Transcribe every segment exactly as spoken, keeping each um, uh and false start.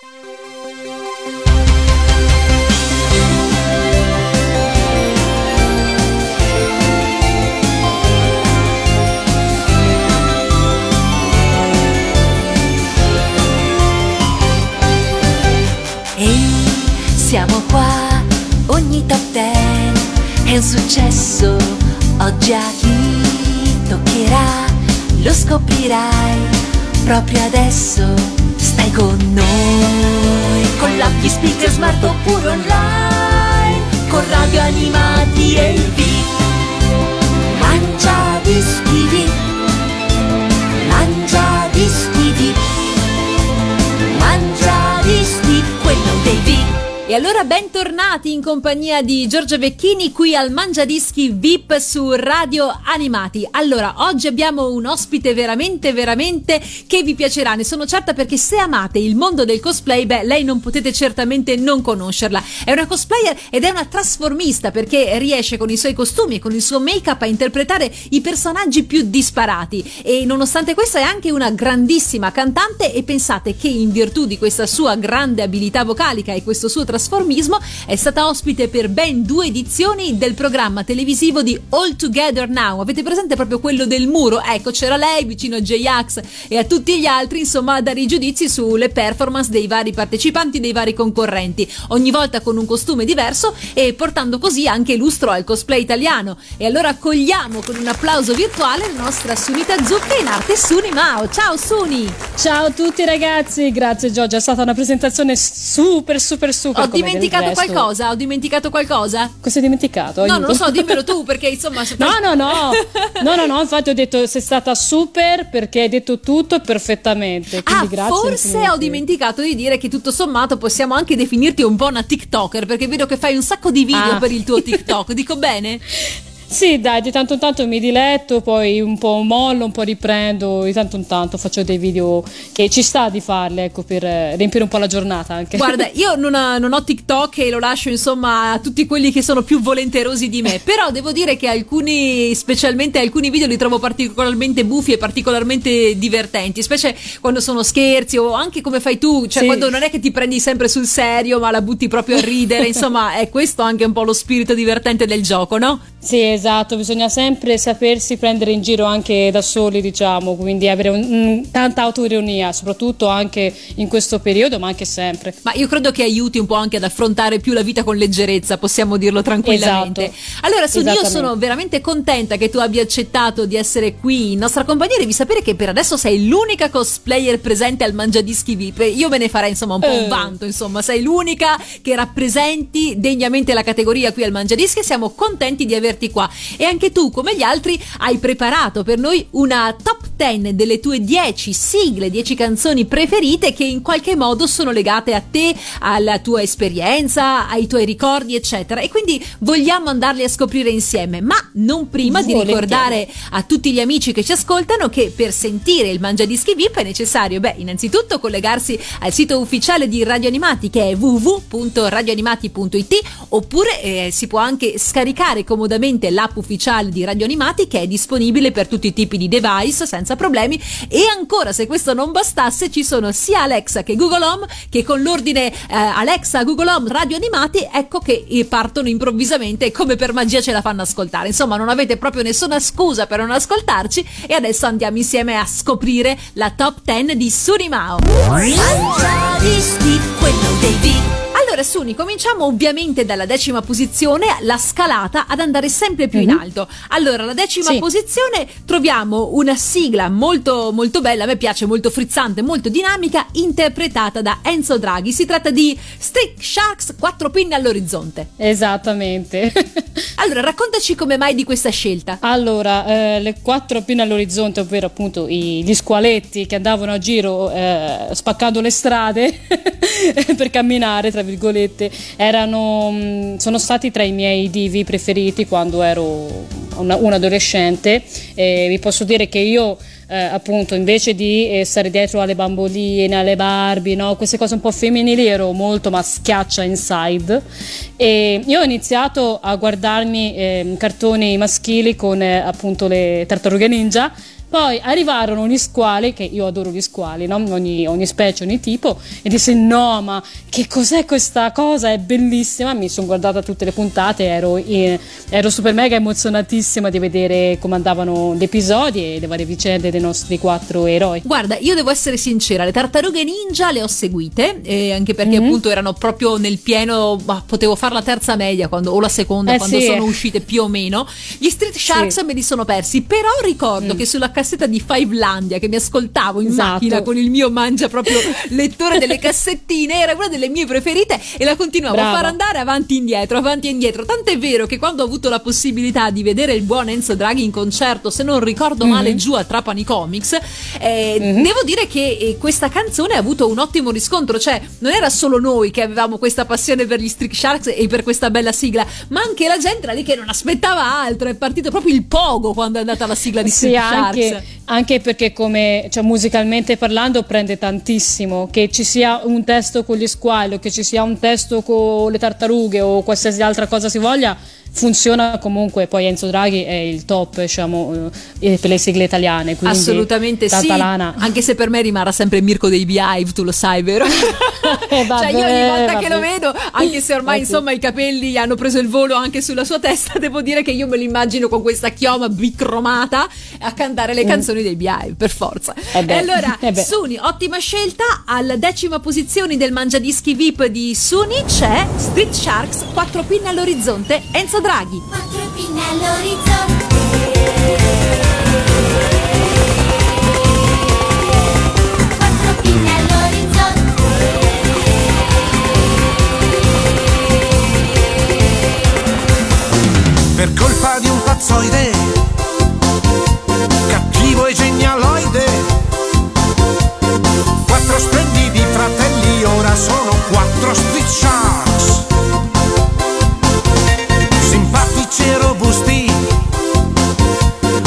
Siamo qua, ogni top ten è un successo, oggi a chi toccherà, lo scoprirai proprio adesso, stai con noi, con l'app di speaker smart oppure online, con Radio Animati e il V I P, mangia dischi V I P, mangia dischi V I P, mangia dischi, quello dei V I P. E allora bentornati in compagnia di Giorgia Vecchini qui al Mangiadischi V I P su Radio Animati. Allora, oggi abbiamo un ospite veramente veramente che vi piacerà, ne sono certa, perché se amate il mondo del cosplay, beh, lei non potete certamente non conoscerla. È una cosplayer ed è una trasformista, perché riesce con i suoi costumi e con il suo make-up a interpretare i personaggi più disparati, e nonostante questo è anche una grandissima cantante, e pensate che in virtù di questa sua grande abilità vocalica e questo suo trasformismo è stata ospite per ben due edizioni del programma televisivo di All Together Now. Avete presente proprio quello del muro? Ecco, c'era lei vicino a J-Ax e a tutti gli altri, insomma, a dare i giudizi sulle performance dei vari partecipanti, dei vari concorrenti, ogni volta con un costume diverso e portando così anche lustro al cosplay italiano. E allora accogliamo con un applauso virtuale la nostra Sunita Zucca, in arte Suni Mao. Ciao Suni! Ciao a tutti ragazzi, grazie Giorgia, è stata una presentazione super super super. Ho dimenticato qualcosa? Ho dimenticato qualcosa? Cosa hai dimenticato? No, Aiuto. non lo so, dimmelo tu, perché insomma... No, no, no, no, no, no, infatti ho detto sei stata super perché hai detto tutto perfettamente. Ah, grazie, forse ho dimenticato di dire che tutto sommato possiamo anche definirti un po' una TikToker, perché vedo che fai un sacco di video ah. per il tuo TikTok, dico bene? Sì, dai, di tanto in tanto mi diletto, poi un po' mollo, un po' riprendo, di tanto in tanto faccio dei video che ci sta di farli, ecco, per riempire un po' la giornata anche. Guarda, io non ho, non ho TikTok e lo lascio insomma a tutti quelli che sono più volenterosi di me, però devo dire che alcuni, specialmente alcuni video, li trovo particolarmente buffi e particolarmente divertenti, specie quando sono scherzi o anche come fai tu, cioè sì. Quando non è che ti prendi sempre sul serio ma la butti proprio a ridere, insomma è questo anche un po' lo spirito divertente del gioco, no? Sì, esatto, bisogna sempre sapersi prendere in giro anche da soli, diciamo, quindi avere un, un, tanta autoironia, soprattutto anche in questo periodo, ma anche sempre. Ma io credo che aiuti un po' anche ad affrontare più la vita con leggerezza, possiamo dirlo tranquillamente. Esatto. Allora, Suni, io sono veramente contenta che tu abbia accettato di essere qui in nostra compagnia, e devi sapere che per adesso sei l'unica cosplayer presente al Mangiadischi V I P. Io me ne farei insomma un po' un vanto, insomma, sei l'unica che rappresenti degnamente la categoria qui al Mangiadischi e siamo contenti di averti qua. E anche tu, come gli altri, hai preparato per noi una top dieci delle tue dieci sigle, dieci canzoni preferite che in qualche modo sono legate a te, alla tua esperienza, ai tuoi ricordi, eccetera. E quindi vogliamo andarli a scoprire insieme, ma non prima di ricordare a tutti gli amici che ci ascoltano che per sentire il Mangiadischi V I P è necessario, beh, innanzitutto collegarsi al sito ufficiale di Radio Animati, che è w w w punto radioanimati punto i t, oppure eh, si può anche scaricare comodamente l'app ufficiale di Radio Animati, che è disponibile per tutti i tipi di device senza problemi. E ancora, se questo non bastasse, ci sono sia Alexa che Google Home che con l'ordine eh, Alexa, Google Home, Radio Animati, ecco che partono improvvisamente e come per magia ce la fanno ascoltare. Insomma, non avete proprio nessuna scusa per non ascoltarci, e adesso andiamo insieme a scoprire la top dieci di Suni Mao. Mangiadischi, quello dei V I P. Allora Suni, cominciamo ovviamente dalla decima posizione, la scalata ad andare sempre più mm-hmm. in alto. Allora, alla decima sì. posizione troviamo una sigla molto molto bella, a me piace, molto frizzante, molto dinamica, interpretata da Enzo Draghi. Si tratta di Street Sharks, quattro pinne all'orizzonte. Esattamente. Allora, raccontaci come mai di questa scelta. Allora, eh, le quattro pinne all'orizzonte, ovvero appunto i, gli squaletti che andavano a giro eh, spaccando le strade per camminare, tra virgolette, erano, sono stati tra i miei divi preferiti quando ero una, un adolescente. E vi posso dire che io eh, appunto invece di eh, stare dietro alle bamboline, alle Barbie, no? Queste cose un po' femminili, ero molto maschiaccia inside, e io ho iniziato a guardarmi eh, cartoni maschili con eh, appunto le tartarughe ninja, Poi arrivarono gli squali, che io adoro gli squali, no? ogni, ogni specie, ogni tipo, e dissi no, ma che cos'è questa cosa? È bellissima. Mi sono guardata tutte le puntate, ero, eh, ero super mega emozionatissima di vedere come andavano gli episodi e le varie vicende dei nostri quattro eroi. Guarda, io devo essere sincera, le tartarughe ninja le ho seguite, eh, anche perché Mm-hmm. appunto erano proprio nel pieno, bah, potevo fare la terza media quando, o la seconda Eh, quando sì. sono uscite più o meno. Gli Street Sharks Sì. me li sono persi, però ricordo Mm. che sulla cassetta di Fivelandia che mi ascoltavo in Esatto. macchina con il mio mangia proprio lettore delle cassettine, era una delle mie preferite e la continuavo Brava. a far andare avanti e indietro, avanti e indietro. Tant'è vero che quando ho avuto la possibilità di vedere il buon Enzo Draghi in concerto, se non ricordo male, Mm-hmm. giù a Trapani Comics, eh, Mm-hmm. devo dire che eh, questa canzone ha avuto un ottimo riscontro, cioè non era solo noi che avevamo questa passione per gli Street Sharks e per questa bella sigla, ma anche la gente era lì che non aspettava altro. È partito proprio il pogo quando è andata la sigla di Sì, Street anche, Sharks. anche perché come, cioè, musicalmente parlando prende tantissimo, che ci sia un testo con gli squali o che ci sia un testo con le tartarughe o qualsiasi altra cosa si voglia, funziona comunque. Poi Enzo Draghi è il top, diciamo, eh, per le sigle italiane, quindi Assolutamente sì, tanta lana. anche se per me rimarrà sempre Mirko dei Beehive, tu lo sai, vero? Eh, vabbè, Cioè io ogni volta vabbè. che lo vedo, anche se ormai Vabbè. insomma i capelli hanno preso il volo anche sulla sua testa, devo dire che io me lo immagino con questa chioma bicromata a cantare le canzoni dei Beehive, per forza. Eh beh, E allora eh beh. Suni, ottima scelta. Alla decima posizione del Mangiadischi V I P di Suni c'è Street Sharks, quattro pinne all'orizzonte, Enzo Draghi. Quattro pinne all'orizzonte. Quattro pinne all'orizzonte. Per colpa di un pazzoide, cattivo e genialoide, quattro splendidi fratelli ora sono quattro Street Sharks. Simpatici e robusti,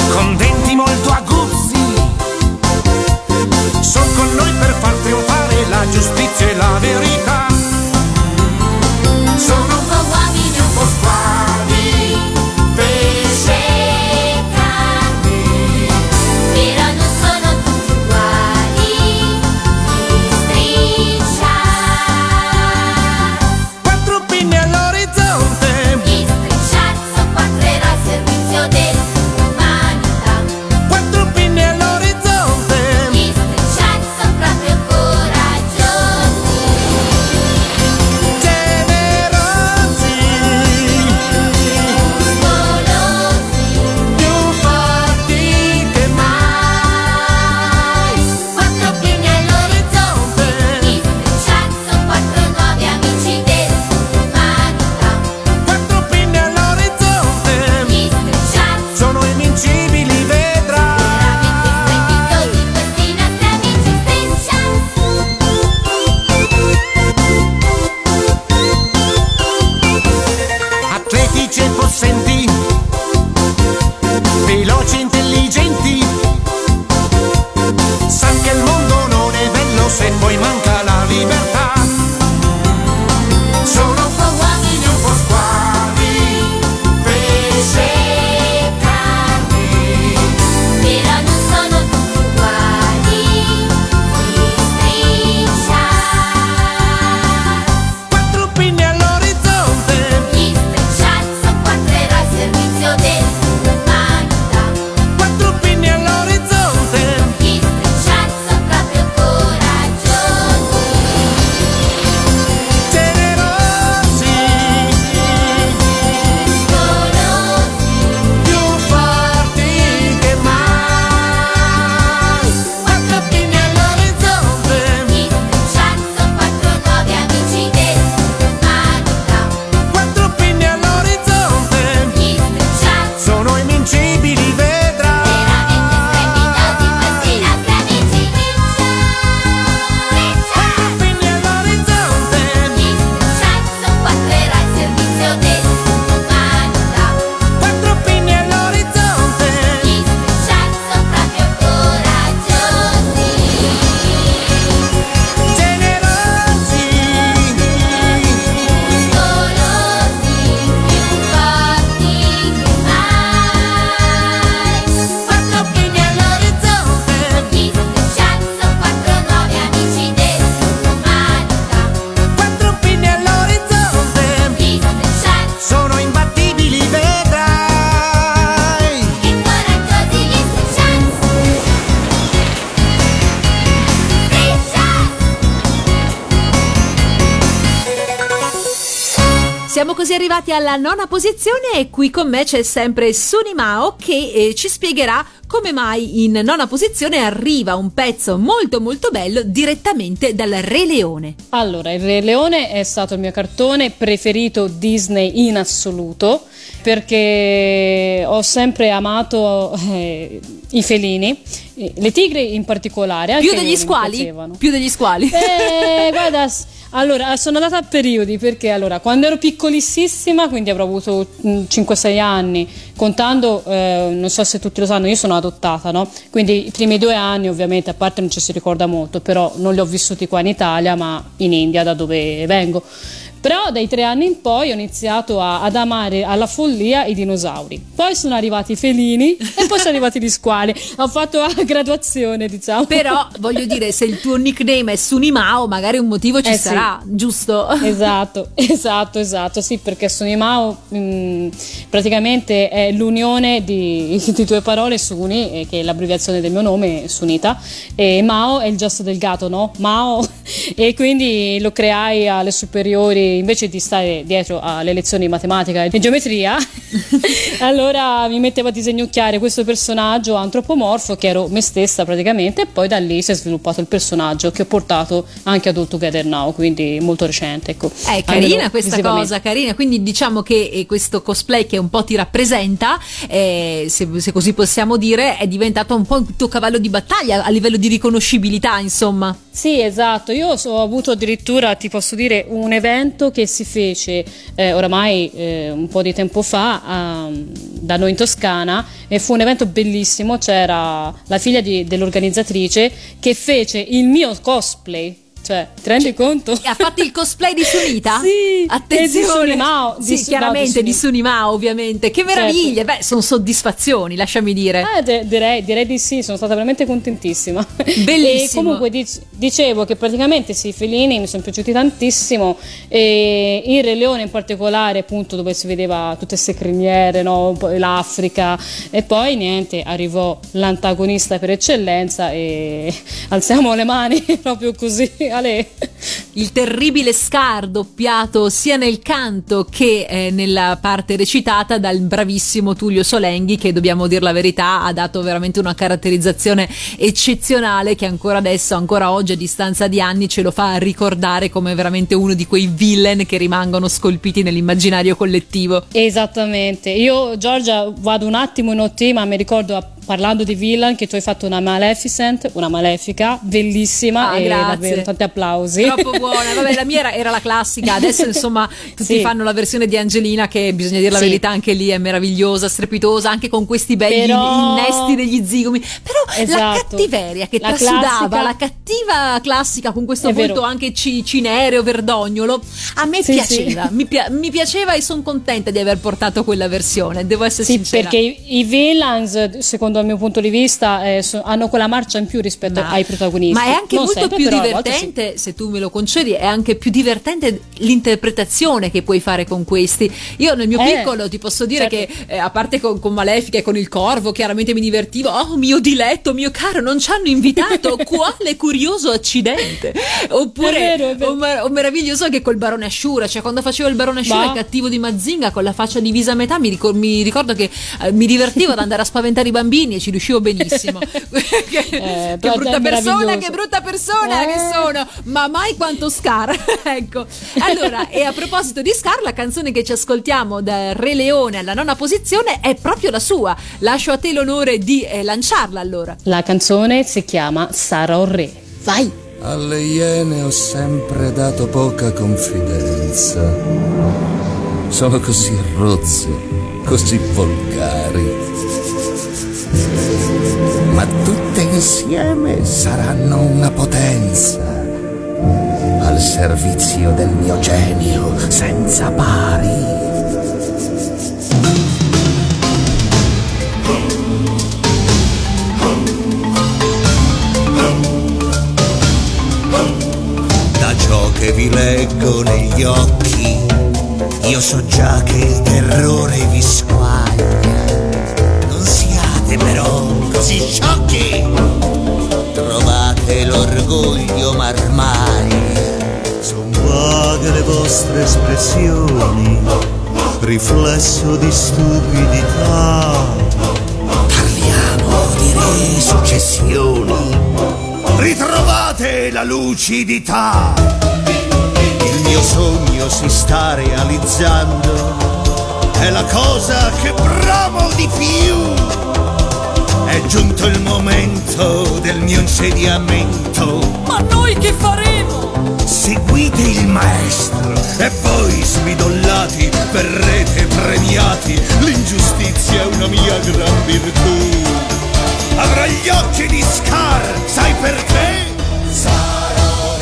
Siamo così arrivati alla nona posizione e qui con me c'è sempre Sunimao che eh, ci spiegherà come mai in nona posizione arriva un pezzo molto molto bello direttamente dal Re Leone. Allora, il Re Leone è stato il mio cartone preferito Disney in assoluto, perché ho sempre amato eh, i felini, le tigre in particolare. Anche più degli squali? Più degli squali? Eh, guarda, allora sono andata a periodi, perché allora quando ero piccolissima, quindi avrò avuto cinque sei anni, contando, eh, non so se tutti lo sanno, io sono adottata, no? Quindi i primi due anni ovviamente, a parte non ci si ricorda molto, però non li ho vissuti qua in Italia ma in India, da dove vengo. Però dai tre anni in poi ho iniziato a, ad amare alla follia i dinosauri. Poi sono arrivati i felini e poi sono arrivati gli squali. Ho fatto a graduazione, diciamo. Però voglio dire, se il tuo nickname è Sunimao, magari un motivo ci eh, sarà, sì. Giusto? Esatto, esatto, esatto. Sì, perché Sunimao mh, praticamente è l'unione di, di due parole, Suni, che è l'abbreviazione del mio nome, Sunita, e Mao è il gesto del gatto, no? Mao. E quindi lo creai alle superiori. Invece di stare dietro alle lezioni di matematica e di geometria, allora mi mettevo a disegnocchiare questo personaggio antropomorfo che ero me stessa praticamente, e poi da lì si è sviluppato il personaggio che ho portato anche ad All Together Now, quindi molto recente, ecco. È carina questa cosa, carina, quindi diciamo che eh, questo cosplay che un po' ti rappresenta, eh, se, se così possiamo dire, è diventato un po' il tuo cavallo di battaglia a livello di riconoscibilità, insomma. Sì, esatto, io ho avuto addirittura, ti posso dire, un evento che si fece eh, oramai eh, un po' di tempo fa um, da noi in Toscana, e fu un evento bellissimo. C'era la figlia di, dell'organizzatrice che fece il mio cosplay. Cioè, ti rendi cioè, conto? Ha fatto il cosplay di Sunita? Sì, attenzione. Di Sunimao, sì, di, chiaramente no, di Sunimao, ovviamente. Che meraviglia! Certo. Beh, sono soddisfazioni, lasciami dire. Eh, de- direi, direi di sì, sono stata veramente contentissima. Bellissimo. E comunque dic- dicevo che praticamente sì, i felini mi sono piaciuti tantissimo, e il Re Leone in particolare, appunto, dove si vedeva tutte queste criniere, no? L'Africa, e poi niente, arrivò l'antagonista per eccellenza e alziamo le mani proprio così. Il terribile Scar, doppiato sia nel canto che eh, nella parte recitata dal bravissimo Tullio Solenghi, che, dobbiamo dire la verità, ha dato veramente una caratterizzazione eccezionale, che ancora adesso, ancora oggi, a distanza di anni, ce lo fa ricordare come veramente uno di quei villain che rimangono scolpiti nell'immaginario collettivo. Esattamente. Io, Giorgia, vado un attimo in O T, ma mi ricordo, parlando di villain, che tu hai fatto una Maleficent, una Malefica, bellissima, ah, e grazie. davvero tanti applausi. Troppo buona. Vabbè, la mia era, era la classica. Adesso insomma tutti sì. fanno la versione di Angelina, che bisogna dire la sì. verità, anche lì è meravigliosa, strepitosa, anche con questi begli Però... innesti degli zigomi. Però esatto. la cattiveria che la trasudava, classica... la cattiva classica con questo volto anche c- cinereo, verdognolo, a me sì, piaceva. Sì. Mi, pi- mi piaceva e sono contenta di aver portato quella versione, devo essere sì, sincera. Perché i, i villains, secondo dal mio punto di vista, eh, so, hanno quella marcia in più rispetto ma, ai protagonisti. Ma è anche non molto sempre, più però, divertente, sì. se tu me lo concedi, è anche più divertente l'interpretazione che puoi fare con questi. Io nel mio eh, piccolo ti posso dire certo. che eh, a parte con, con Malefica e con il Corvo, chiaramente mi divertivo. Oh mio diletto, mio caro, non ci hanno invitato, quale curioso accidente. Oppure è vero, è vero. O, o meraviglioso anche col Barone Ashura, cioè quando facevo il Barone Ashura, il cattivo di Mazinga con la faccia divisa a metà, mi, ricor- mi ricordo che eh, mi divertivo ad andare a spaventare i bambini e ci riuscivo benissimo. che, eh, che brutta persona, che brutta persona eh. che sono, ma mai quanto Scar. Ecco. Allora, e a proposito di Scar, la canzone che ci ascoltiamo da Re Leone alla nona posizione è proprio la sua. Lascio a te l'onore di eh, lanciarla allora. La canzone si chiama Sarò Re. Vai! Alle iene ho sempre dato poca confidenza. Sono così rozze, così volgari. Ma tutte insieme saranno una potenza al servizio del mio genio senza pari. Da ciò che vi leggo negli occhi, io so già che il terrore vi squaglia. Non siate però così sciocchi, trovate l'orgoglio marmaglia. Son vaghe le vostre espressioni, riflesso di stupidità. Parliamo di resuccessioni, ritrovate la lucidità. Il mio sogno si sta realizzando, è la cosa che bramo di più. È giunto il momento del mio insediamento. Ma noi che faremo? Seguite il maestro e voi smidollati verrete premiati. L'ingiustizia è una mia gran virtù. Avrà gli occhi di Scar, sai perché? Sarò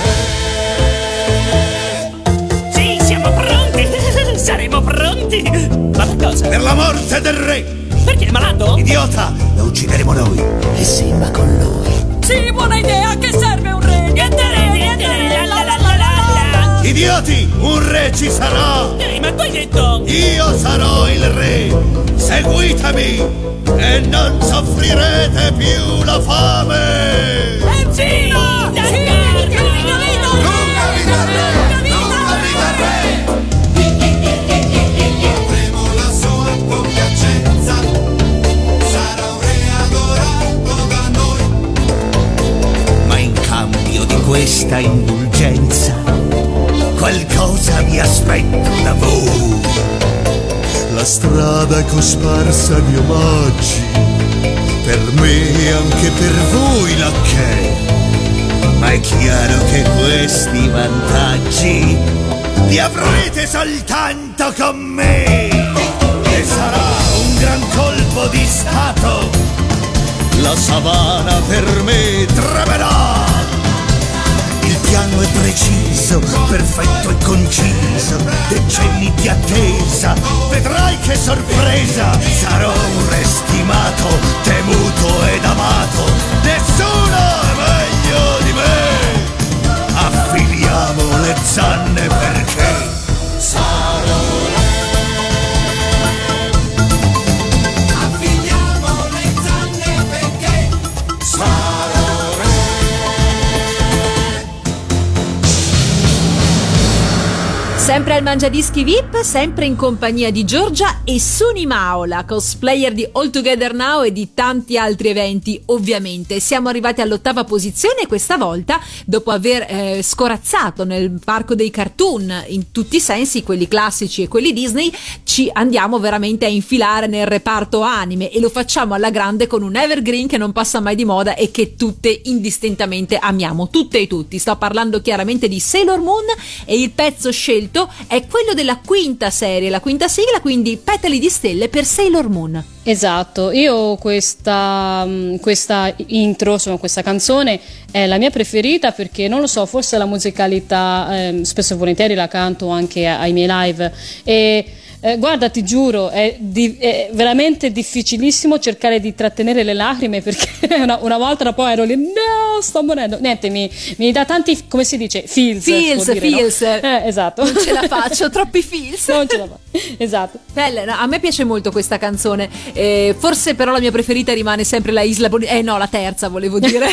re. Sì, siamo pronti. Saremo pronti. Ma per cosa? Per la morte del re. Perché è malato? Idiota, lo uccideremo noi e Simba con lui. Sì, buona idea, che serve un re? Niente re, niente re, la la la la la la. Idioti, un re ci sarà. Ehi, ma tu hai detto? Io sarò il re. Seguitemi e non soffrirete più la fame. Evviva! Lunga vita al re! Lunga vita al re! Avremo la sua compiacenza. Sarà un re adorato da noi. Ma in cambio di questa indulgenza qualcosa mi aspetto da voi. La strada è cosparsa di omaggi, per me e anche per voi lacchè. Ma è chiaro che questi vantaggi li avrete soltanto con me. E sarà un gran colpo di stato, la savana per me tremerà. Il piano è preciso, perfetto e conciso, decenni di attesa, vedrai che sorpresa. Sarò un re stimato, temuto ed amato, nessuno è meglio di me. Affiliamo le zanne perché sarò re. Affiliamo le zanne perché Sarò re. Sempre al Mangiadischi V I P, sempre in compagnia di Giorgia e Suni Mao, la cosplayer di All Together Now e di tanti altri eventi, ovviamente. Siamo arrivati all'ottava posizione e questa volta, dopo aver eh, scorazzato nel parco dei cartoon in tutti i sensi, quelli classici e quelli Disney, ci andiamo veramente a infilare nel reparto anime e lo facciamo alla grande con un evergreen che non passa mai di moda e che tutte indistintamente amiamo, tutte e tutti. Sto parlando chiaramente di Sailor Moon e il pezzo scelto è quello della quinta serie, la quinta sigla, quindi Petali di stelle per Sailor Moon. Esatto, io questa, questa intro, insomma questa canzone è la mia preferita perché non lo so, forse la musicalità eh, spesso e volentieri la canto anche ai miei live e Eh, guarda, ti giuro, è, di, è veramente difficilissimo cercare di trattenere le lacrime perché una, una volta poi ero lì, no, sto morendo. Niente, mi, mi dà tanti, come si dice, feels. Feels, dire, feels. No? Eh, esatto. Non ce la faccio, troppi feels. Non ce la faccio, esatto. Bella, no, a me piace molto questa canzone, eh, forse però la mia preferita rimane sempre la Isla Bonita, eh no, la terza volevo dire.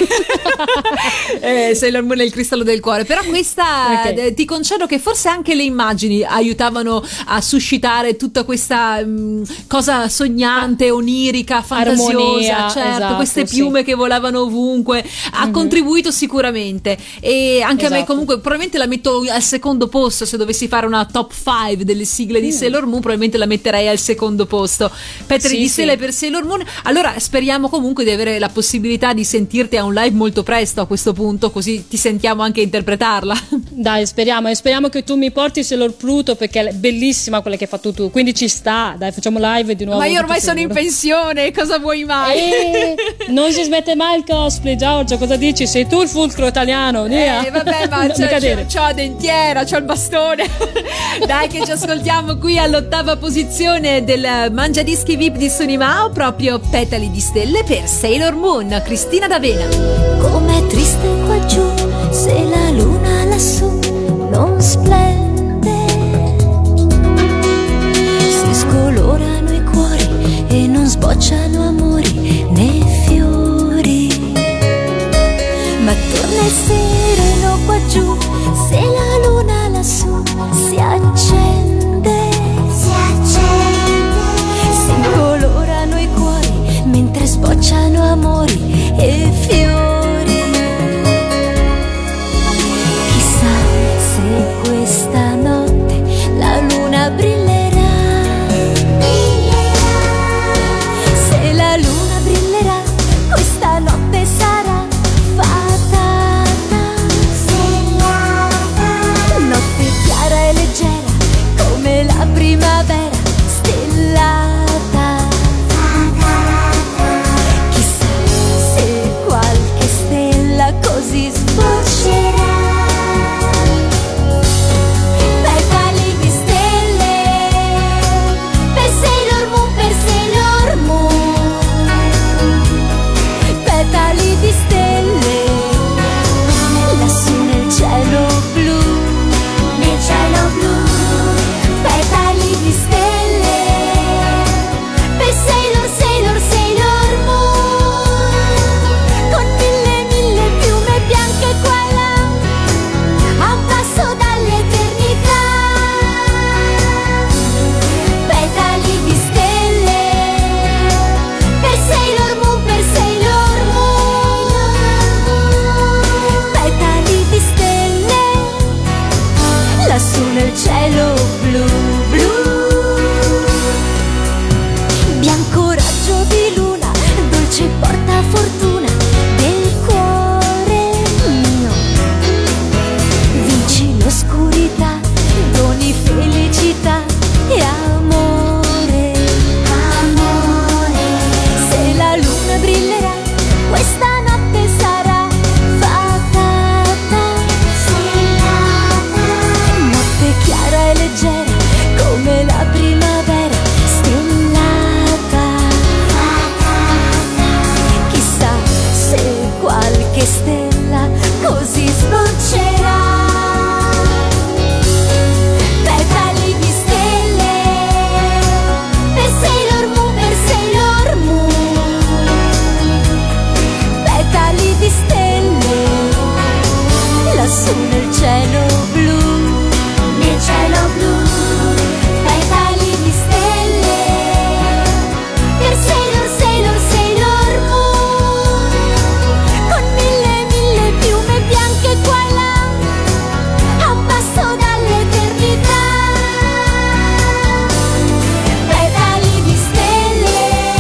eh, Sailor Moon è il cristallo del cuore, però questa Okay. eh, ti concedo che forse anche le immagini aiutavano a suscitare tutta questa mh, cosa sognante, onirica, fantasiosa, Armonia, certo, esatto, queste sì. piume che volavano ovunque, ha Mhm. contribuito sicuramente e anche a me Esatto. comunque probabilmente la metto al secondo posto se dovessi fare una top cinque delle sigle di Mm. Sailor Moon, probabilmente la metterei al secondo posto. Petri Sì, di sì. stelle per Sailor Moon. Allora speriamo comunque di avere la possibilità di sentirti a un live molto presto a questo punto, così ti sentiamo anche interpretarla. Dai, speriamo, e speriamo che tu mi porti Sailor Pluto perché è bellissima quella che hai fatto tu, quindi ci sta, dai, facciamo live di nuovo. Ma io ormai tutto sono in sicuro. pensione, cosa vuoi mai? Eh, non si smette mai il cosplay, Giorgio, cosa dici? Sei tu il fulcro italiano, via. Eh, vabbè, ma Non c'ho, cadere. c'ho, c'ho la dentiera, c'ho il bastone. Dai, che ci ascoltiamo qui all'ottava posizione del Mangiadischi V I P di Sunimao, proprio Petali di stelle per Sailor Moon, Cristina D'Avena. Com'è triste qua giù se la luna lassù non splende. Si scolorano i cuori e non sbocciano amori né fiori. Ma torna il sereno qua giù se la luna lassù lassù nel cielo blu, blu. Bianco raggio di luna, dolce porta fortuna del cuore mio. Vinci l'oscurità, doni felicità e amore, amore. Se la luna brillerà, questa notte sarà fatata, notte chiara e leggera come la primavera, stellata. Chissà se qualche stella così sboccerà. Petali di stelle per Sailor Moon, per Sailor Moon. Petali di stelle lassù nel cielo blu, nel cielo blu. Petali di stelle per Sailor, Sailor, Sailor Moon. Con mille, mille piume bianche qua e là, a un passo dall'eternità. Petali di stelle.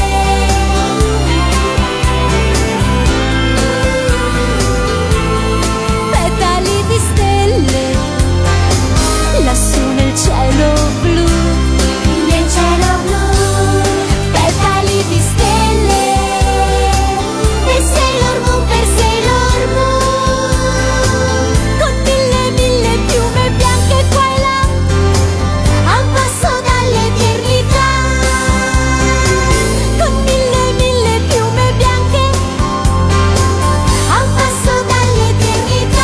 Petali di stelle lassù nel cielo blu, nel cielo blu. Petali di stelle per Sailor Moon, per Sailor Moon. Con mille, mille piume bianche qua e là, a un passo dall'eternità. Con mille, mille piume bianche, a un passo dall'eternità.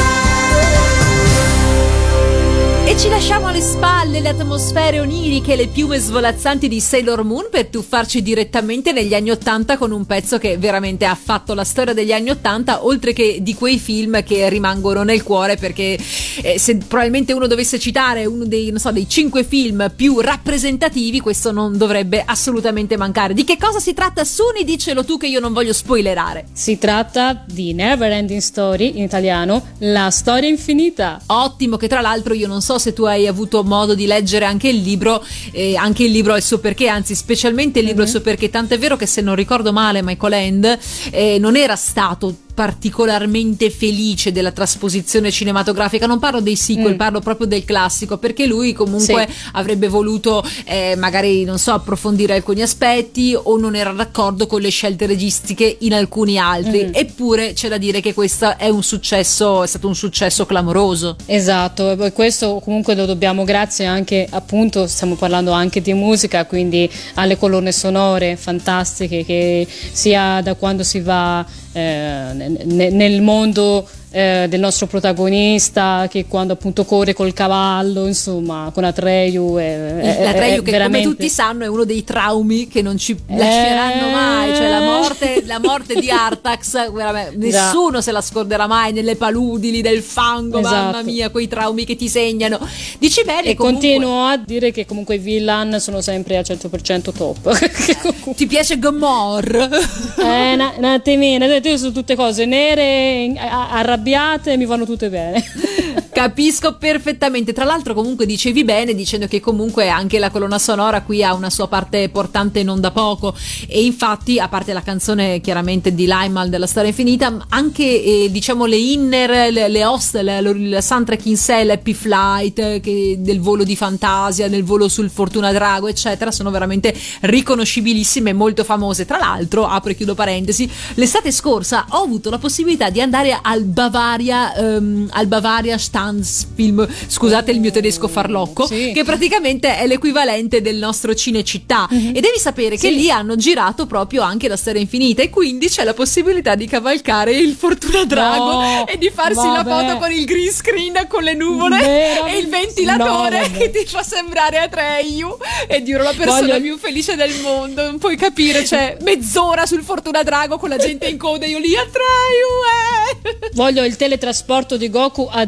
E ci lasciamo alle spalle le atmosfere oniriche e le piume svolazzanti di Sailor Moon per tuffarci direttamente negli anni Ottanta con un pezzo che veramente ha fatto la storia degli anni Ottanta, oltre che di quei film che rimangono nel cuore, perché eh, se probabilmente uno dovesse citare uno dei, non so, dei cinque film più rappresentativi, questo non dovrebbe assolutamente mancare. Di che cosa si tratta, Suni? Dicelo tu che io non voglio spoilerare. Si tratta di Never Ending Story, in italiano La storia infinita. Ottimo, che tra l'altro io non so se tu hai avuto modo di leggere anche il libro, eh, anche il libro ha il suo perché, anzi specialmente il libro ha il suo perché, tant'è vero che se non ricordo male Michael End eh, non era stato particolarmente felice della trasposizione cinematografica. Non parlo dei sequel, mm. parlo proprio del classico, perché lui comunque sì. avrebbe voluto eh, magari, non so, approfondire alcuni aspetti o non era d'accordo con le scelte registiche in alcuni altri. Mm. Eppure c'è da dire che questo è un successo, è stato un successo clamoroso. Esatto, e questo comunque lo dobbiamo grazie anche, appunto, stiamo parlando anche di musica, quindi alle colonne sonore fantastiche, che sia da quando si va eh, nel mondo eh, del nostro protagonista, che quando appunto corre col cavallo, insomma, con Atreyu è, è, L'Atreyu è che veramente... come tutti sanno è uno dei traumi che non ci lasceranno eh... mai, cioè la morte, la morte di Artax, nessuno Già. se la scorderà mai, nelle paludi del fango, esatto. Mamma mia, quei traumi che ti segnano. Dici bene. E comunque... continuo a dire che comunque i villain sono sempre al cento per cento top. Ti piace Gomorra? Eh, un attimino, sono tutte cose nere, arrabbiate, mi vanno tutte bene. Capisco perfettamente. Tra l'altro comunque dicevi bene dicendo che comunque anche la colonna sonora qui ha una sua parte portante non da poco, e infatti a parte la canzone chiaramente di Lyman della storia infinita, anche eh, diciamo le inner, le, le host, il soundtrack in sé, l'Happy Flight che, del volo di Fantasia, del volo sul Fortuna Drago eccetera, sono veramente riconoscibilissime e molto famose. Tra l'altro, apro e chiudo parentesi, l'estate scorsa ho avuto la possibilità di andare al Bavaria um, al Bavaria Film, scusate il mio tedesco farlocco, sì. che praticamente è l'equivalente del nostro Cinecittà, mm-hmm. e devi sapere che sì. lì hanno girato proprio anche la storia infinita, e quindi c'è la possibilità di cavalcare il Fortuna Drago no, e di farsi vabbè. la foto con il green screen, con le nuvole Vero? e il ventilatore no, che ti fa sembrare Atreyu, e dirò la persona Voglio... più felice del mondo, non puoi capire, c'è mezz'ora sul Fortuna Drago con la gente in coda, io lì Atreyu eh. Voglio il teletrasporto di Goku adesso.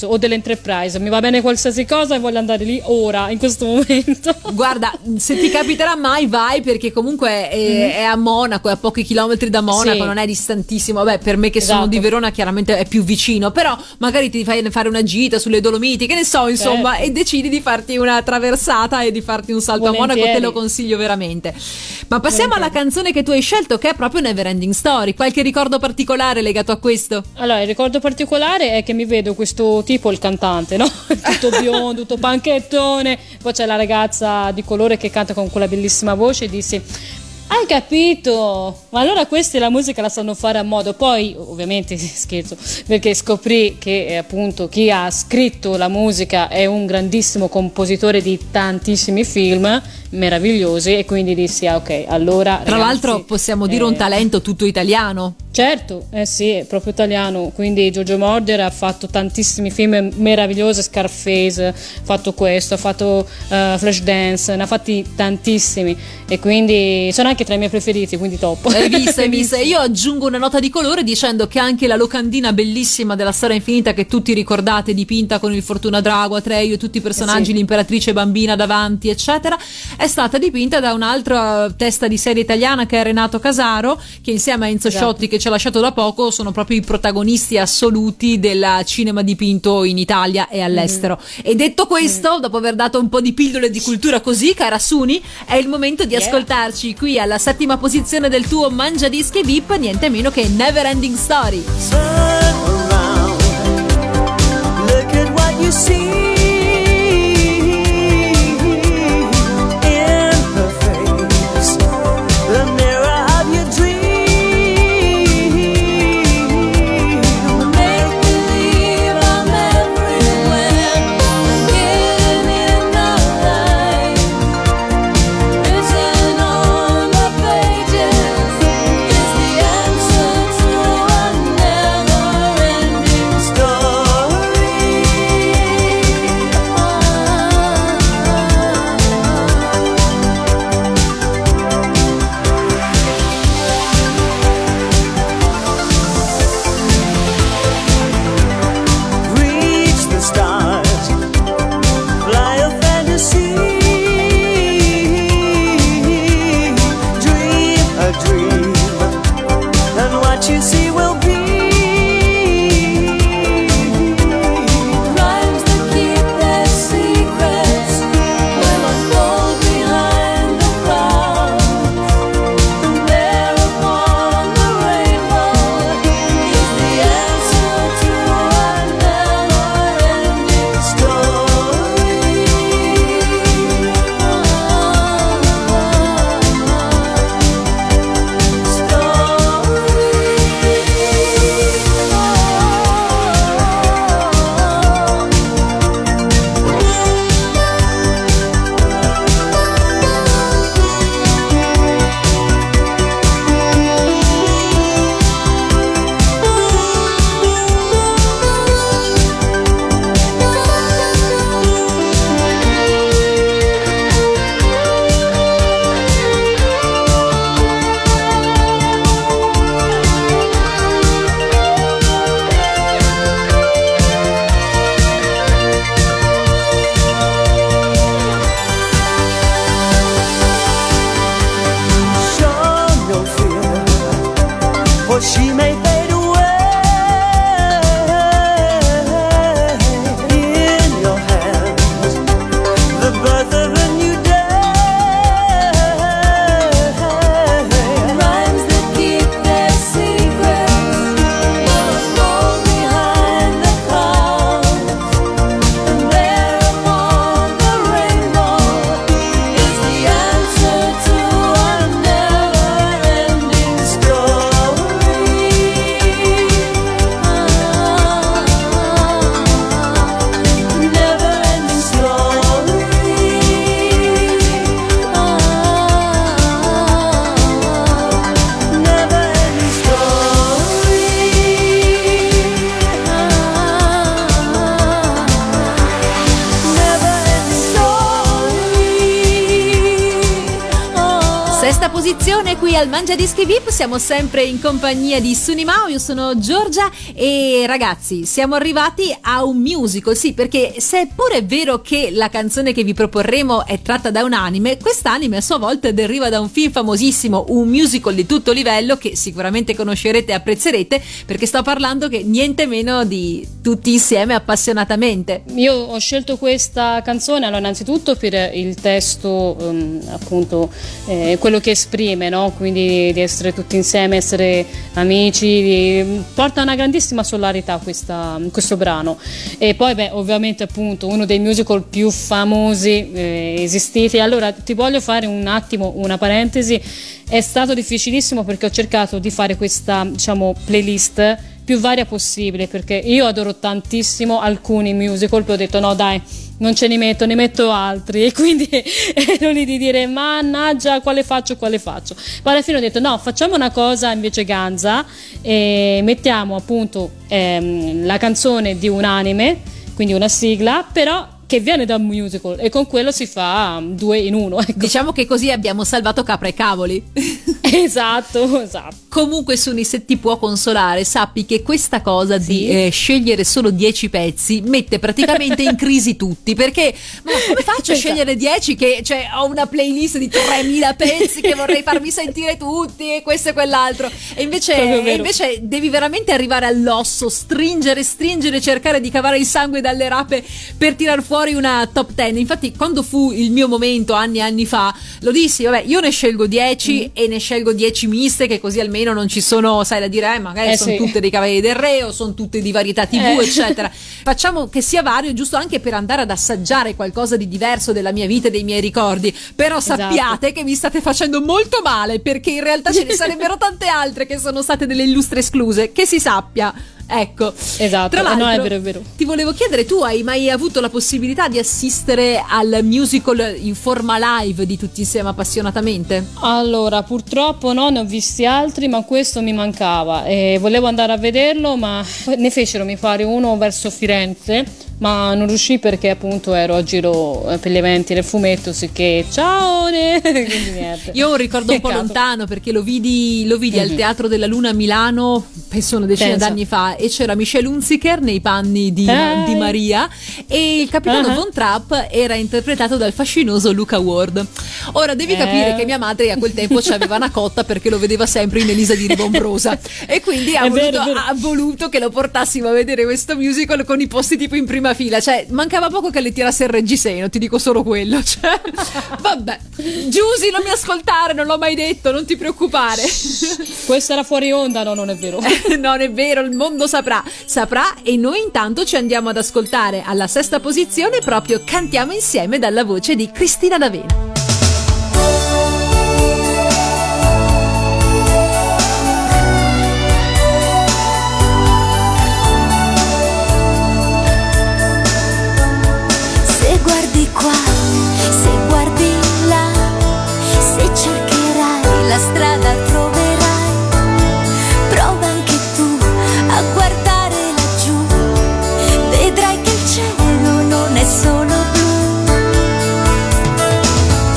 o dell'Enterprise, mi va bene qualsiasi cosa e voglio andare lì ora, in questo momento. Guarda, se ti capiterà mai vai, perché comunque è, mm. è a Monaco, è a pochi chilometri da Monaco, sì. non è distantissimo. Vabbè, per me che esatto. sono di Verona chiaramente è più vicino, però magari ti fai fare una gita sulle Dolomiti, che ne so, insomma, certo. e decidi di farti una traversata e di farti un salto Volentieri. a Monaco, te lo consiglio veramente. Ma passiamo Volentieri. alla canzone che tu hai scelto, che è proprio Neverending Story. Qualche ricordo particolare legato a questo? Allora, il ricordo particolare è che mi vedo questo tipo, il cantante, no? Tutto biondo, tutto panchettone, poi c'è la ragazza di colore che canta con quella bellissima voce e dissi: hai capito? Ma allora questa la musica la sanno fare a modo. Poi ovviamente scherzo, perché scoprì che eh, appunto chi ha scritto la musica è un grandissimo compositore di tantissimi film meravigliosi, e quindi dissi ah ok, allora tra ragazzi, l'altro possiamo dire eh, un talento tutto italiano. Certo, eh sì, è proprio italiano. Quindi Giorgio Moroder ha fatto tantissimi film meravigliosi, Scarface, ha fatto questo, ha fatto uh, Flashdance, ne ha fatti tantissimi, e quindi sono anche tra i miei preferiti, quindi top. Hai visto, hai visto. Io aggiungo una nota di colore dicendo che anche la locandina bellissima della Storia Infinita, che tutti ricordate, dipinta con il Fortuna Drago, Atreio e tutti i personaggi, eh sì. l'imperatrice bambina davanti eccetera, è stata dipinta da un'altra testa di serie italiana che è Renato Casaro, che insieme a Enzo esatto. Sciotti, che ci ha lasciato da poco, sono proprio i protagonisti assoluti del cinema dipinto in Italia e all'estero. Mm. E detto questo, mm. dopo aver dato un po' di pillole di cultura così, cara Suni, è il momento di yeah. ascoltarci qui alla settima posizione del tuo Mangia Dischi V I P, niente meno che Neverending Story. Turn around, look at what you see. posizione qui al Mangia Dischi V I P, siamo sempre in compagnia di Sunimao, io sono Giorgia e ragazzi siamo arrivati a un musical, sì, perché se è pure vero che la canzone che vi proporremo è tratta da un anime, quest'anime a sua volta deriva da un film famosissimo, un musical di tutto livello che sicuramente conoscerete e apprezzerete, perché sto parlando che niente meno di Tutti insieme appassionatamente. Io ho scelto questa canzone allora innanzitutto per il testo, um, appunto eh, quello che esprime, no? Quindi di essere tutti insieme, essere amici, di, porta una grandissima solarità questa, questo brano. E poi beh, ovviamente appunto uno dei musical più famosi eh, esistiti. Allora ti voglio fare un attimo una parentesi, è stato difficilissimo perché ho cercato di fare questa, diciamo, playlist più varia possibile, perché io adoro tantissimo alcuni musical, poi ho detto no dai, non ce ne metto, ne metto altri, e quindi ero lì di dire mannaggia quale faccio, quale faccio. Poi alla fine ho detto no, facciamo una cosa invece ganza e mettiamo appunto ehm, la canzone di un anime, quindi una sigla, però che viene da un musical, e con quello si fa due in uno, ecco. Diciamo che così abbiamo salvato capra e cavoli. Esatto, esatto. Comunque Suni, se ti può consolare, sappi che questa cosa sì. di eh, scegliere solo dieci pezzi mette praticamente in crisi tutti, perché ma come faccio a scegliere dieci, che cioè, ho una playlist di tremila pezzi che vorrei farmi sentire tutti e questo e quell'altro, e invece, e invece devi veramente arrivare all'osso, stringere, stringere, cercare di cavare il sangue dalle rape per tirar fuori una top ten. Infatti quando fu il mio momento anni e anni fa lo dissi, vabbè, io ne scelgo dieci mm. e ne scelgo dieci miste, che così almeno non ci sono, sai, da dire eh, magari eh, sono sì. tutte dei Cavalieri del Re o sono tutte di varietà tivù, eh. eccetera. Facciamo che sia vario, giusto anche per andare ad assaggiare qualcosa di diverso della mia vita e dei miei ricordi. Però sappiate esatto. che mi state facendo molto male, perché in realtà ce ne sarebbero tante altre che sono state delle illustre escluse, che si sappia. Ecco, esatto. Tra l'altro, no, è vero, è vero. Ti volevo chiedere, tu hai mai avuto la possibilità di assistere al musical in forma live di Tutti insieme appassionatamente? Allora, purtroppo no, ne ho visti altri, ma questo mi mancava e volevo andare a vederlo, ma ne fecero mi pare uno verso Firenze, ma non riuscì perché appunto ero a giro per gli eventi del fumetto, sicché ciao ne! Quindi niente. Io ho un ricordo un po' lontano perché lo vidi, lo vidi mm-hmm. al Teatro della Luna a Milano, penso una decina Pensa. d'anni fa, e c'era Michelle Hunziker nei panni di, eh. di Maria, e il capitano uh-huh. Von Trapp era interpretato dal fascinoso Luca Ward. Ora devi eh. capire che mia madre a quel tempo c'aveva una cotta perché lo vedeva sempre in Elisa di Ribombrosa e quindi ha voluto, vero, vero. ha voluto che lo portassimo a vedere questo musical con i posti tipo in prima fila, cioè mancava poco che le tirasse il reggiseno, ti dico solo quello, cioè, vabbè. Giusy, non mi ascoltare, non l'ho mai detto, non ti preoccupare. Questo era fuori onda, no, non è vero. Non è vero, il mondo saprà, saprà, e noi intanto ci andiamo ad ascoltare alla sesta posizione proprio Cantiamo insieme dalla voce di Cristina D'Avena. Se guardi qua, se guardi là, se cercherai la strada troverai, prova anche tu a guardare laggiù, vedrai che il cielo non è solo blu.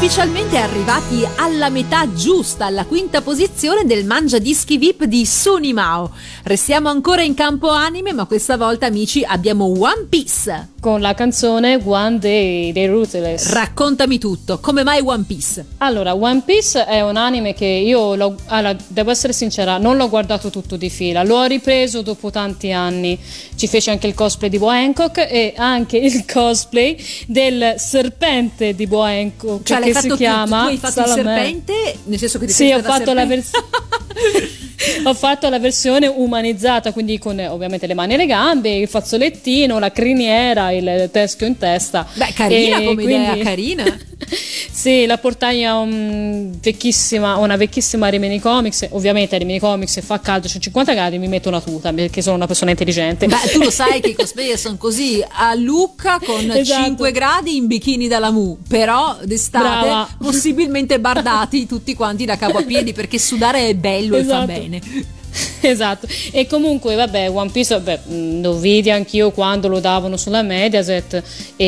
ufficialmente arrivati alla metà giusta, alla quinta posizione del Mangia Dischi V I P di Sunimao. Restiamo ancora in campo anime, ma questa volta, amici, abbiamo One Piece con la canzone One Day dei Ruthless. Raccontami tutto, come mai One Piece? Allora, One Piece è un anime che io l'ho, allora, devo essere sincera, non l'ho guardato tutto di fila, l'ho ripreso dopo tanti anni. Ci fece anche il cosplay di Boa Hancock e anche il cosplay del serpente di Boa Hancock, cioè, che l'hai si fatto chiama tu, tu hai fatto Salamè. il serpente, nel senso che ti sì, sei ho stata fatto la serpente. versione ho fatto la versione umanizzata, quindi con eh, ovviamente le mani e le gambe, il fazzolettino, la criniera, il teschio in testa. Beh, carina E come quindi... idea, carina. Sì, la portai a un vecchissima, una vecchissima Rimini Comics. Ovviamente a Rimini Comics fa caldo, c'è cinquanta gradi, mi metto una tuta perché sono una persona intelligente. Beh, tu lo sai che i cosplayer sono così, a Lucca con Esatto. cinque gradi in bikini da Lamu, però d'estate Brava. possibilmente bardati tutti quanti da capo a piedi, perché sudare è bello Esatto. e fa bene. Esatto, e comunque vabbè, One Piece vabbè, mh, lo vidi anch'io quando lo davano sulla Mediaset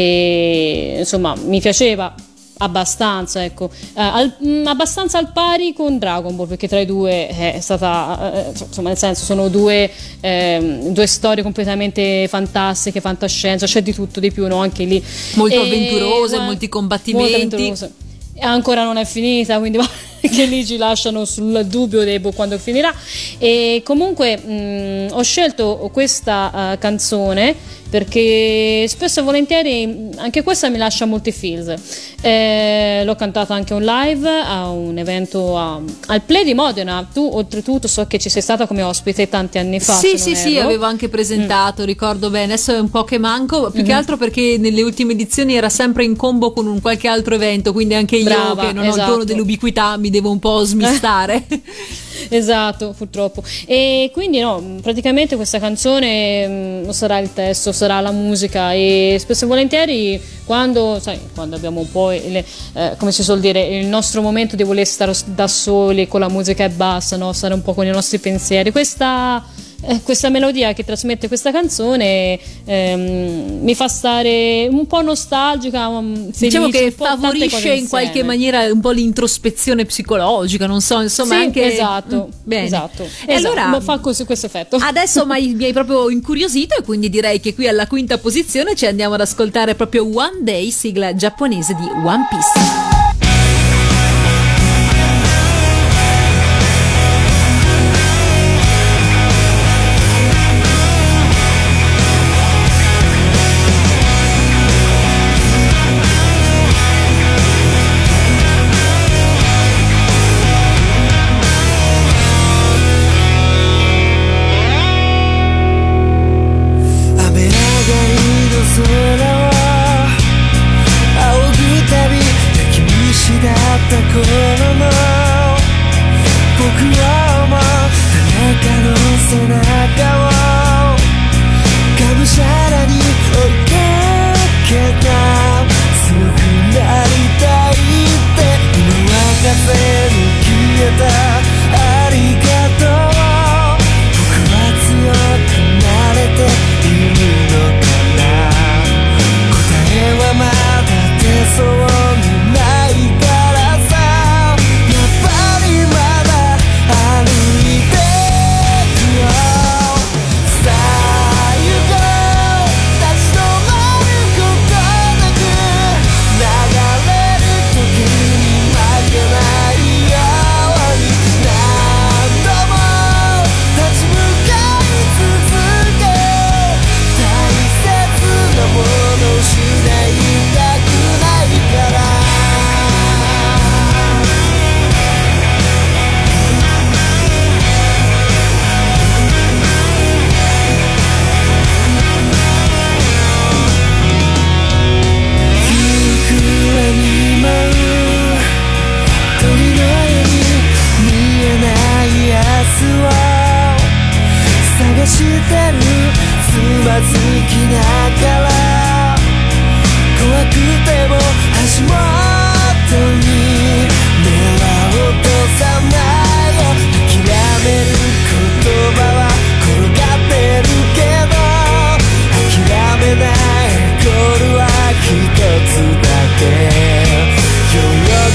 e insomma mi piaceva abbastanza, ecco, eh, al, mh, abbastanza al pari con Dragon Ball, perché tra i due è stata eh, insomma, nel senso, sono due, eh, due storie completamente fantastiche, fantascienza, c'è di tutto, di più, no? Anche lì Molto E, avventurose, guarda, molti molto combattimenti. avventurose. Ancora non è finita, quindi che lì ci lasciano sul dubbio di quando finirà. E comunque mh, ho scelto questa uh, canzone perché spesso e volentieri anche questa mi lascia molti feels. Eh, l'ho cantata anche un live a un evento a, al Play di Modena. Tu oltretutto so che ci sei stata come ospite tanti anni fa. Sì, se sì, non sì, erro. avevo anche presentato, mm. ricordo bene, adesso è un po' che manco, più mm-hmm. che altro perché nelle ultime edizioni era sempre in combo con un qualche altro evento, quindi anche io Brava, che non esatto. ho il dono dell'ubiquità mi devo un po' smistare. Esatto, purtroppo. E quindi no, praticamente questa canzone mh, sarà il testo, sarà la musica, e spesso e volentieri quando, sai, quando abbiamo un po' le, eh, come si suol dire, il nostro momento di voler stare da soli con la musica e basta, no? Stare un po' con i nostri pensieri, questa Eh, questa melodia che trasmette questa canzone ehm, mi fa stare un po' nostalgica, um, felice, diciamo che un po' tante cose favorisce in insieme. qualche maniera un po' l'introspezione psicologica, non so, insomma, Sì, anche esatto, Mm, bene. esatto, E esatto, allora ma fa così questo effetto. adesso mi hai proprio incuriosito, e quindi direi che qui alla quinta posizione ci andiamo ad ascoltare proprio One Day, sigla giapponese di One Piece. 「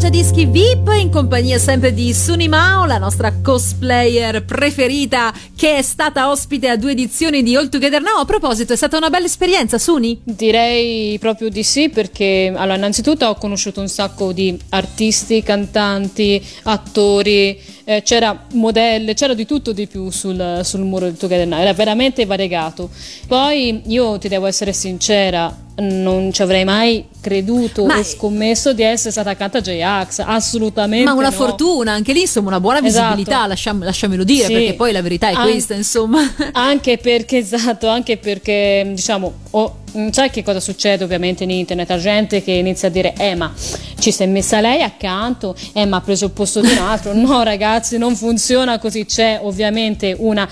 Mangiadischi V I P in compagnia sempre di Suni Mao, la nostra cosplayer preferita, che è stata ospite a due edizioni di All Together Now. A proposito, è stata una bella esperienza, Suni? Direi proprio di sì, perché allora innanzitutto ho conosciuto un sacco di artisti, cantanti, attori, eh, c'era modelle, c'era di tutto di più sul, sul muro del Together Now, era veramente variegato. Poi io ti devo essere sincera, non ci avrei mai creduto ma e scommesso di essere stata accanto a J-Ax, assolutamente ma una no. fortuna, anche lì insomma una buona visibilità, Esatto. lasciam- lasciamelo dire, Sì. perché poi la verità è An- questa, insomma. Anche perché, esatto, anche perché diciamo, oh, sai che cosa succede ovviamente in internet? La gente che inizia a dire eh ma ci si è messa lei accanto, eh ma ha preso il posto di un altro. No ragazzi, non funziona così, c'è ovviamente una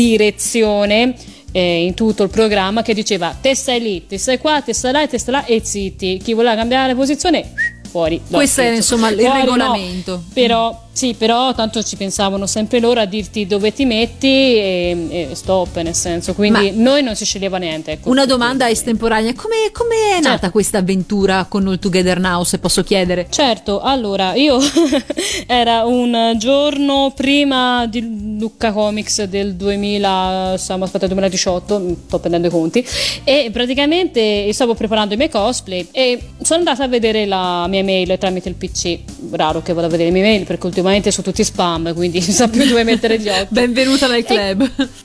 direzione eh, in tutto il programma che diceva te stai lì, te stai qua, te stai là, te stai là e zitti, chi voleva cambiare posizione fuori. No, Questo è zitto. insomma il Fuori, regolamento. no. Però sì, però tanto ci pensavano sempre loro a dirti dove ti metti e, e stop, nel senso, quindi Ma noi non si sceglieva niente, ecco. una domanda estemporanea, come, come è nata Certo. questa avventura con All Together Now, se posso chiedere? Certo, allora io era un giorno prima di Lucca Comics del duemila, siamo aspetta duemiladiciotto, sto prendendo i conti, e praticamente stavo preparando i miei cosplay e sono andata a vedere la mia mail tramite il P C. Raro che vado a vedere le mie mail perché ultimamente sono tutti spam, quindi non so più dove mettere gli occhi. Benvenuta nel club.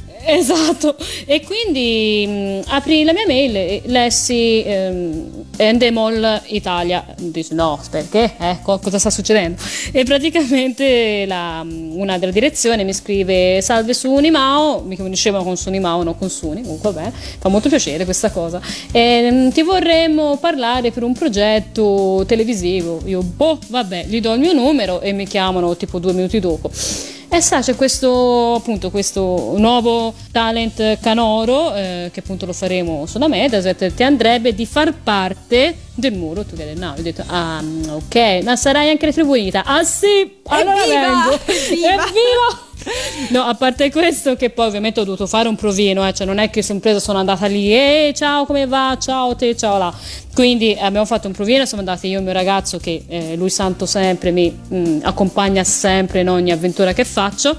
Esatto, e quindi mh, apri la mia mail e lessi ehm, Endemol Italia. Dici no, perché? Eh, co- cosa sta succedendo? E praticamente la, una della direzione mi scrive salve Suni Mao, mi conoscevano con Suni Mao, non con Suni, comunque vabbè, fa molto piacere questa cosa. E, mh, ti vorremmo parlare per un progetto televisivo. Io boh, vabbè, gli do il mio numero e mi chiamano tipo due minuti dopo. E sa, c'è questo appunto questo nuovo talent canoro eh, che appunto lo faremo sulla Mediaset, ti andrebbe di far parte del muro Together Now. Ho detto ah ok, ma sarai anche retribuita? Ah sì, allora Evviva! vengo. Evviva! Evviva! No, a parte questo che poi ovviamente ho dovuto fare un provino, eh, cioè non è che sono presa, sono andata lì e ciao come va, ciao te, ciao là. Quindi abbiamo fatto un provino, siamo andati io e il mio ragazzo che eh, lui santo sempre mi mh, accompagna sempre in ogni avventura che faccio,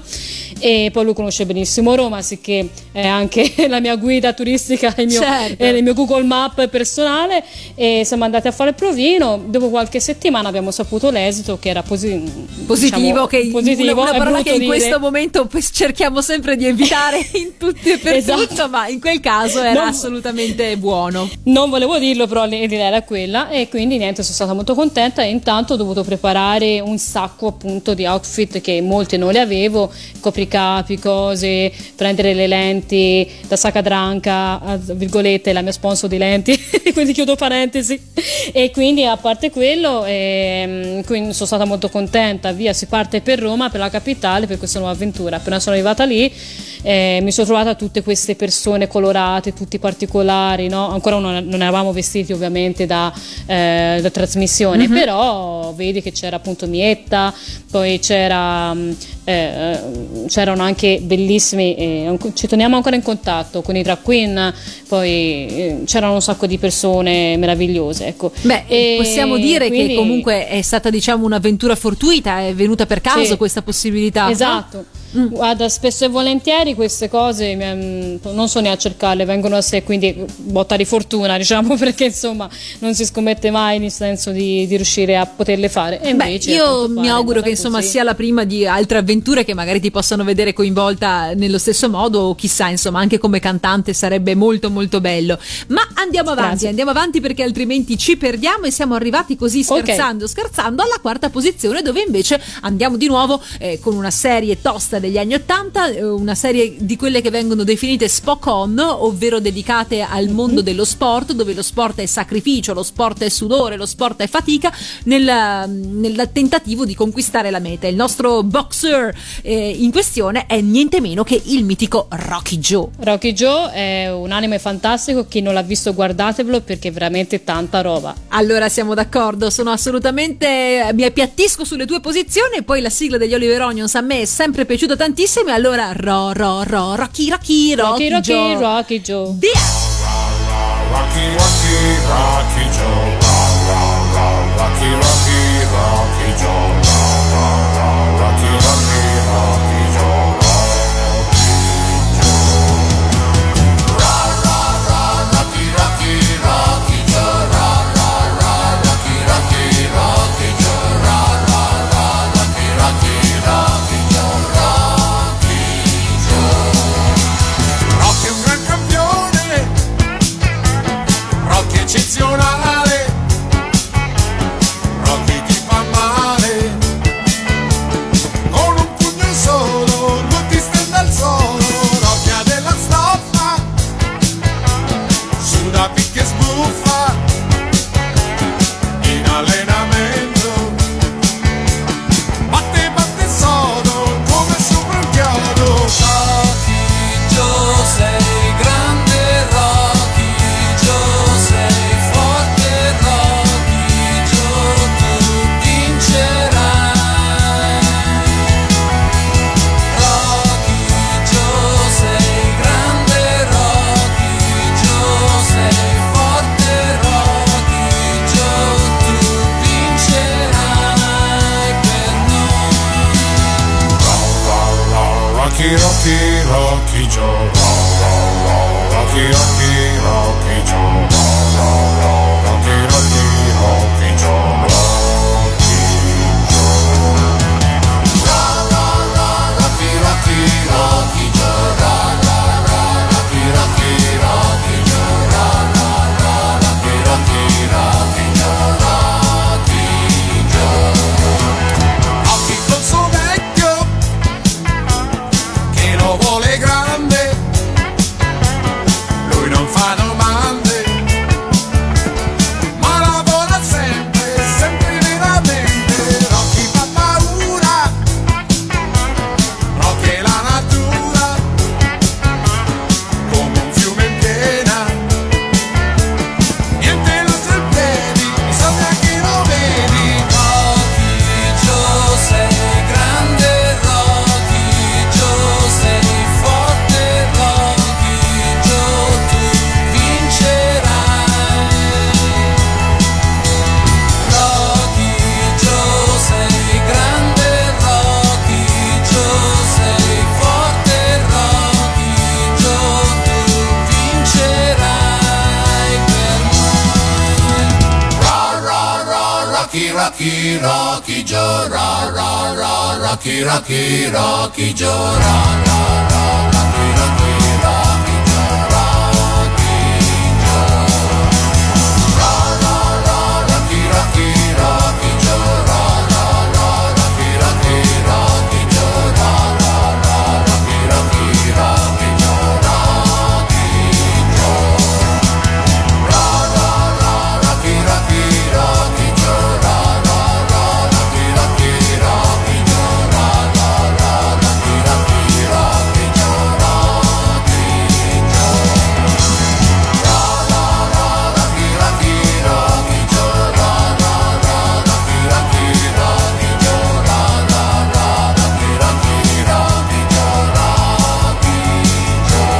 e poi lui conosce benissimo Roma, sicché è anche la mia guida turistica, il mio, Certo. eh, il mio Google Map personale, e siamo andati a fare il provino. Dopo qualche settimana abbiamo saputo l'esito che era posi- Positivo, diciamo, che positivo, una, una è parola brutto che in dire. questo momento p- cerchiamo sempre di evitare in tutti e per Esatto. tutto, ma in quel caso era Non- assolutamente buono. Non volevo dirlo, però l'idea era quella, e quindi niente, sono stata molto contenta. E intanto ho dovuto preparare un sacco appunto di outfit che molti non le avevo, copricapi, cose, prendere le lenti da Sacadranca, a virgolette, la mia sponsor di lenti, quindi chiudo parentesi. E quindi a parte quello, ehm, quindi sono stata molto contenta. Via, si parte per Roma, per la capitale, per questa nuova avventura. Appena sono arrivata lì eh, mi sono trovata tutte queste persone colorate, tutti particolari, no? Ancora non, non eravamo vestiti ovviamente da, eh, da trasmissione, mm-hmm. Però vedi che c'era appunto Mietta, poi c'era eh, c'erano anche bellissimi, eh, ci teniamo ancora in contatto con i drag queen, poi eh, c'erano un sacco di persone meravigliose, ecco. Beh, E possiamo dire quindi, che comunque è stata, diciamo, un'avventura fortuita, è venuta per caso sì, questa possibilità. esatto. Mm. Guarda, spesso e volentieri queste cose mi, non so neanche a cercarle, vengono a sé, quindi botta di fortuna, diciamo, perché insomma non si scommette mai nel senso di, di riuscire a poterle fare. E Beh, invece, io mi auguro che così. insomma sia la prima di altre avventure che magari ti possano vedere coinvolta nello stesso modo, o chissà, insomma, anche come cantante sarebbe molto molto bello. Ma andiamo avanti, Grazie. andiamo avanti perché altrimenti ci perdiamo, e siamo arrivati così scherzando, okay. scherzando alla quarta posizione, dove invece andiamo di nuovo eh, con una serie tosta degli anni ottanta, eh, una serie di quelle che vengono definite Spock On, ovvero dedicate al mondo dello sport, dove lo sport è sacrificio, lo sport è sudore, lo sport è fatica, nel, nel tentativo di conquistare la meta. Il nostro boxer eh, in questione è niente meno che il mitico Rocky Joe. Rocky Joe è un anime fantastico, chi non l'ha visto guardatevelo perché è veramente tanta roba. Allora siamo d'accordo, sono assolutamente, mi appiattisco sulle tue posizioni, e poi la sigla degli Oliver Onions a me è sempre piaciuta tantissimo, e allora ro ro ro Rocky Rocky Rocky, Rocky Rocky Joe. Rocky Joe. Via! Rocky, Rocky, Rocky Joe. Rocky, Rocky, Rocky Joe. Rocky, Rocky, Rocky Joe. Rocky, Rocky, Rocky Joe. Rocky, Rocky, Rocky Joe. Rocky Joe. Ra, ra, ra, Rocky, Rocky, Rocky Joe. Ra, ra, ra, Rocky, Rocky, Rocky Joe. Ra, ra, ra, Rocky, Rocky, Rocky Joe. Rocky Joe. Rocky col suo vecchio che lo vuole grande, lui non fa domande, ma lavora sempre, sempre veramente. Rocky fa paura, Rocky è la natura, come un fiume in piena, niente lo sorprende, bisogna che lo vedi. Rocky Joe sei grande, Rocky Joe sei forte, Rocky Joe tu vincerai. Rocky Joe sei grande, Rocky Joe sei forte, Rocky Joe tu vincerai per noi. Ra ra ra Rocky Rocky Rocky Joe. Ra ra ra Rocky Rocky Rocky Joe. Ra ra ra Rocky Rocky Rocky Joe. Rocky Joe. Ra ra ra Rocky Rocky Rocky Joe. Ra ra ra Rocky Rocky Rocky Joe. Ra ra ra Rocky Rocky Rocky Joe. Rocky Joe. Ra ra ra Rocky Rocky Rocky Joe. Ra ra ra Rocky Rocky Rocky Joe. Ra ra ra Rocky Rocky Rocky Joe. Rocky Joe. Ra ra ra Rocky Rocky Rocky Joe. Ra ra ra Rocky Rocky Rocky Joe. Ra ra ra Rocky Rocky Rocky Joe. Rocky Joe.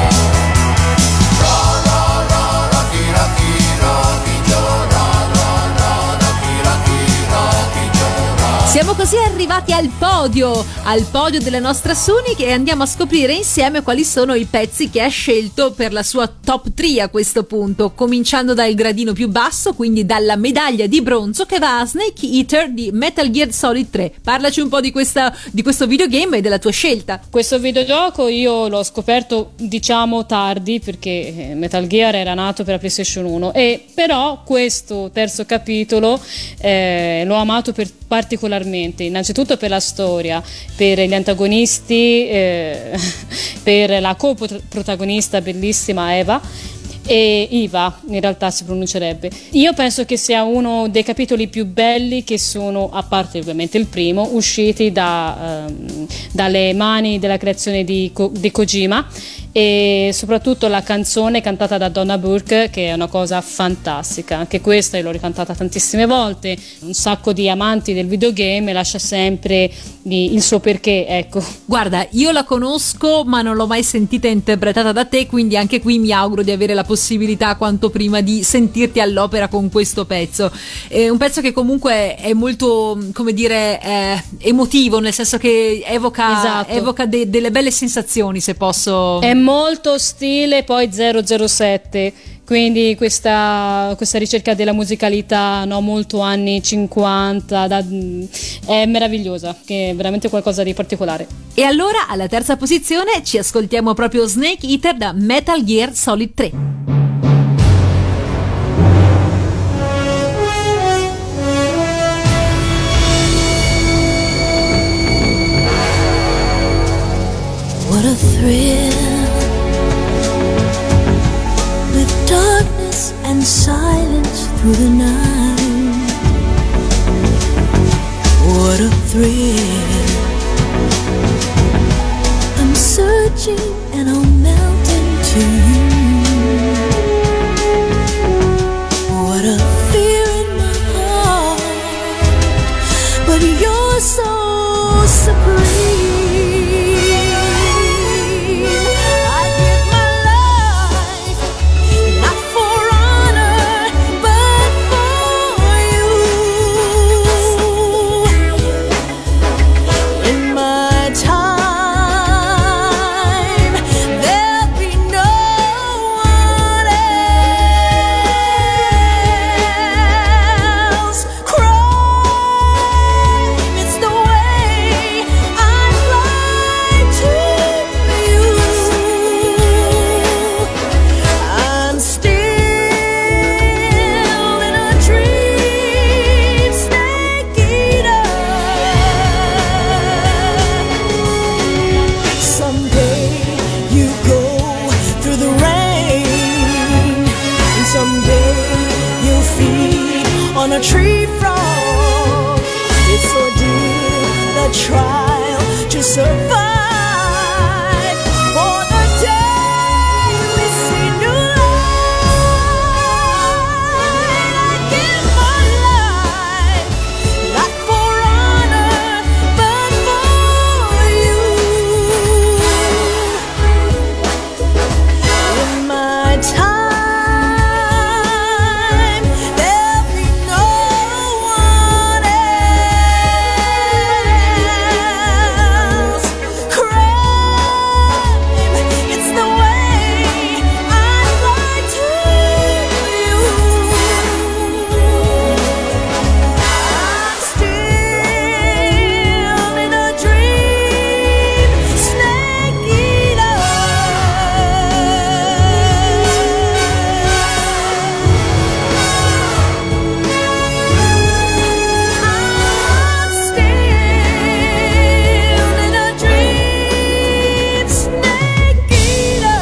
Ra ra ra Rocky Rocky Rocky Joe. Ra ra ra Rocky Rocky Rocky Joe. Siamo così arrivati al podio, al podio della nostra Sonic, e andiamo a scoprire insieme quali sono i pezzi che ha scelto per la sua top tre a questo punto, cominciando dal gradino più basso, quindi dalla medaglia di bronzo che va a Snake Eater di Metal Gear Solid tre. Parlaci un po' di, questa, di questo videogame e della tua scelta. Questo videogioco io l'ho scoperto diciamo tardi, perché Metal Gear era nato per la PlayStation uno, e però questo terzo capitolo eh, l'ho amato per particolarmente, innanzitutto per la storia, per gli antagonisti, eh, per la coprotagonista bellissima Eva, e Iva in realtà si pronuncerebbe. Io penso che sia uno dei capitoli più belli che sono, a parte ovviamente il primo, usciti da, um, dalle mani della creazione di, Ko- di Kojima, e soprattutto la canzone cantata da Donna Burke, che è una cosa fantastica. Anche questa io l'ho ricantata tantissime volte, un sacco di amanti del videogame lascia sempre di, il suo perché, ecco. Guarda, io la conosco ma non l'ho mai sentita interpretata da te, quindi anche qui mi auguro di avere la possibilità quanto prima di sentirti all'opera con questo pezzo. È un pezzo che comunque è molto, come dire, eh, emotivo, nel senso che evoca, esatto. evoca de- delle belle sensazioni, se posso. È molto stile poi zero zero sette, quindi questa, questa ricerca della musicalità, no, molto anni cinquanta, da, è meravigliosa, che è veramente qualcosa di particolare. E allora alla terza posizione ci ascoltiamo proprio Snake Eater da Metal Gear Solid tre. What a thrill, with darkness and silence through the night. What a thrill, I'm searching and I'll melt into you. What a fear in my heart, but you're so supreme. Time on a tree frog. It's ordeal, the trial to survive. For the day we see new light, I give my life, not for honor, but for you. In my time, there'll be no one else. Crime, it's the way I lie to you. I'm still in a dream, snake eater. I'm still in a dream, snake eater.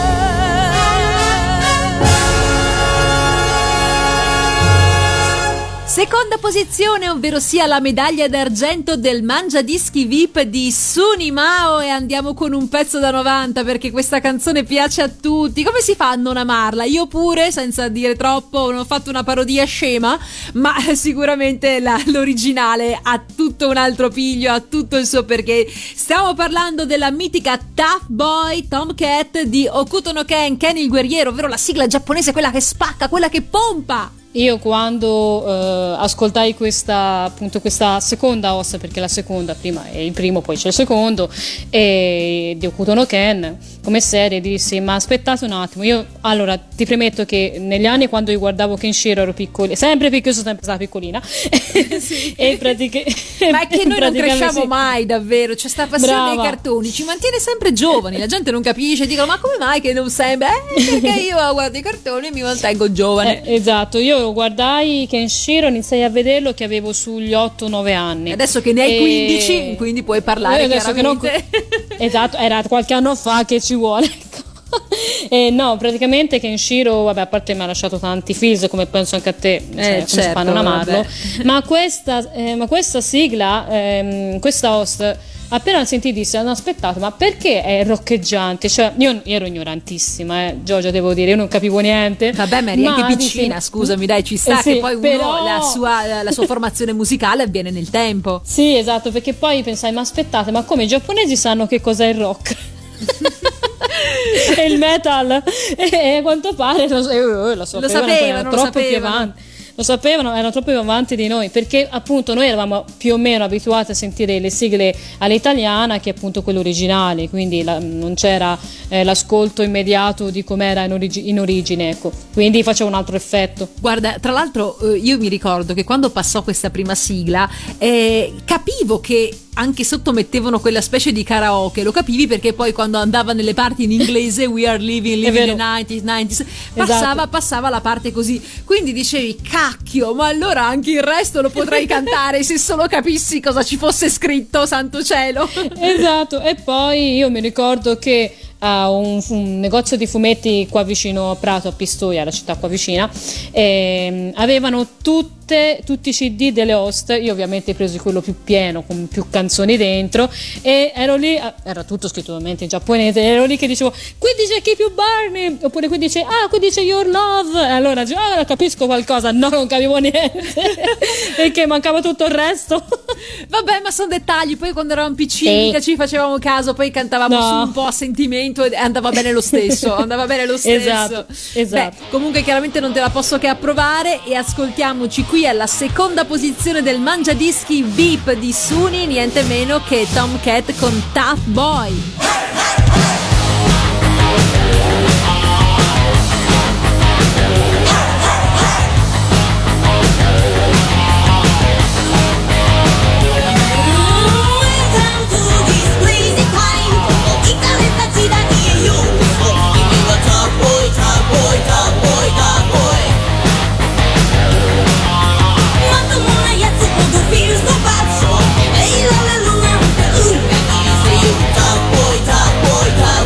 Seconda posizione, ovvero sia la medaglia d'argento del Mangiadischi V I P di Suni Mao, e andiamo con un pezzo da novanta perché questa canzone piace a tutti. Come si fa a non amarla? Io pure, senza dire troppo, non ho fatto una parodia scema, ma sicuramente la- l'originale ha tutto un altro piglio, ha tutto il suo perché. Stiamo parlando della mitica Tough Boy Tomcat di Hokuto no Ken, Ken il guerriero, ovvero la sigla giapponese, quella che spacca, quella che pompa. Io quando eh, ascoltai questa, appunto, questa seconda ossa, perché la seconda, prima è il primo, poi c'è il secondo, e di Hokuto no Ken come serie, dissi: ma aspettate un attimo, io allora ti premetto che negli anni quando io guardavo Kenshiro ero piccolina, sempre perché io sono sempre stata piccolina, e pratica- Ma è che noi non praticamente cresciamo sì. mai davvero, c'è sta passione Brava. dei cartoni, ci mantiene sempre giovani, la gente non capisce, dicono: ma come mai che non sembra? Eh, perché io guardo i cartoni e mi mantengo giovane. Eh, esatto, io guardai Kenshiro, iniziai a vederlo che avevo sugli otto nove anni. Adesso che ne hai E- quindici, quindi puoi parlare Eh, adesso che non- chiaramente. Esatto, era qualche anno fa, che ci vuole. ecco. E no, praticamente Kenshiro, vabbè, a parte mi ha lasciato tanti feels, come penso anche a te, cioè, come si fa a certo, non amarlo. vabbè. Ma questa, eh, ma questa sigla, ehm, questa host, appena la sentì disse: no, aspettate, ma perché è roccheggiante? Cioè, io ero ignorantissima, eh, Giorgia, devo dire, io non capivo niente. Vabbè, ma eri Ma anche dissi- piccina, scusami, dai, ci sta Eh sì, che poi uno, però- la, sua, la sua formazione musicale avviene nel tempo. Sì, esatto, perché poi pensai: ma aspettate, ma come i giapponesi sanno che cos'è il rock? E il metal, e a quanto pare lo, eh, lo sapevano, sapevano, erano lo troppo più sapevano. avanti. Lo sapevano, erano troppo più avanti di noi, perché appunto noi eravamo più o meno abituati a sentire le sigle all'italiana, che appunto quelle originali, quindi la- non c'era eh, l'ascolto immediato di com'era in, origi- in origine, ecco. Quindi faceva un altro effetto. Guarda, tra l'altro eh, io mi ricordo che quando passò questa prima sigla eh, capivo che anche sottomettevano quella specie di karaoke, lo capivi perché poi quando andava nelle parti in inglese We are living, living vero. the nineties, nineties, passava, Esatto. passava la parte così, quindi dicevi: cacchio, ma allora anche il resto lo potrei cantare se solo capissi cosa ci fosse scritto, santo cielo. Esatto, e poi io mi ricordo che a un, un negozio di fumetti qua vicino a Prato, a Pistoia, la città qua vicina, ehm, avevano tutte, tutti i C D delle host. Io ovviamente ho preso quello più pieno, con più canzoni dentro, e ero lì, ah, era tutto scritto ovviamente in giapponese, ero lì che dicevo: qui dice Keep You Burning, oppure qui dice ah qui dice Your Love, e allora dicevo: ah, ora capisco qualcosa. No, non capivo niente perché mancava tutto il resto. Vabbè, ma sono dettagli, poi quando eravamo piccini Sì. che ci facevamo caso, poi cantavamo No. su un po' a sentimento e andava bene lo stesso, andava bene lo stesso. Esatto, esatto. Beh, comunque chiaramente non te la posso che approvare, e ascoltiamoci qui alla seconda posizione del Mangiadischi V I P di Suni, niente meno che Tomcat con Tough Boy. Welcome to this crazy time. イカれた時代へようこそ。君はターボーイ、ターボーイ、ターボーイ、ターボーイ。まともなやつほどフィールドバッション。得られるなんて運がいいぜよ。ターボーイ、ターボーイ、ターボーイ。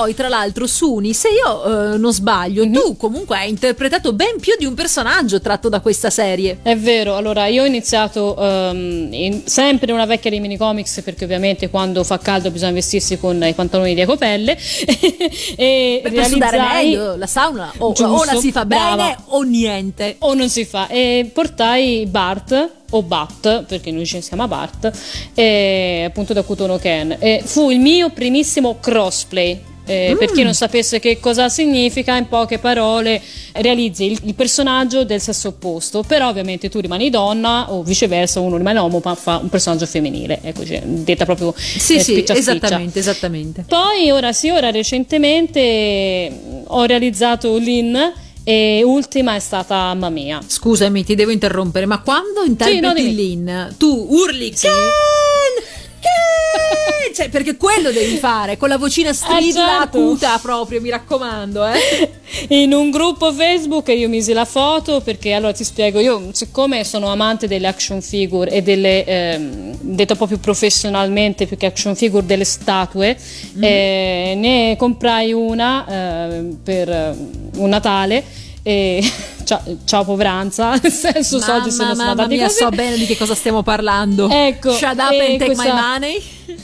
poi tra l'altro Suni, se io eh, non sbaglio, mm-hmm. tu comunque hai interpretato ben più di un personaggio tratto da questa serie. È vero, allora io ho iniziato um, in, sempre in una vecchia Rimini Comics, perché ovviamente quando fa caldo bisogna vestirsi con i pantaloni di ecopelle e per realizzai... sudare meglio la sauna o, o la si fa brava. bene o niente o non si fa, e portai Bart o Bat, perché noi ci si chiama Bart, e, appunto da Kutono Ken, e fu il mio primissimo crossplay. Eh, mm. Per chi non sapesse che cosa significa, in poche parole realizzi il, il personaggio del sesso opposto, però ovviamente tu rimani donna o viceversa, uno rimane uomo ma fa un personaggio femminile, ecco, cioè, detta proprio sì eh, sì spiccia esattamente spiccia. esattamente Poi ora sì, ora recentemente ho realizzato Lin, e ultima è stata Mamma Mia. Scusami, ti devo interrompere, ma quando interpreti sì, no, Lin tu urli sì. Ken! Ken! Cioè, perché quello devi fare con la vocina stridula, eh, certo. acuta proprio, mi raccomando, eh. In un gruppo Facebook io misi la foto, perché allora ti spiego, io siccome sono amante delle action figure e delle ehm, detto un po' più professionalmente più che action figure, delle statue, mm-hmm. eh, ne comprai una eh, per un Natale e ciao, ciao povranza, nel senso mamma, soldi se non sono mamma andati mia, così. so bene di che cosa stiamo parlando. Ecco, shut up e and take questa... my money.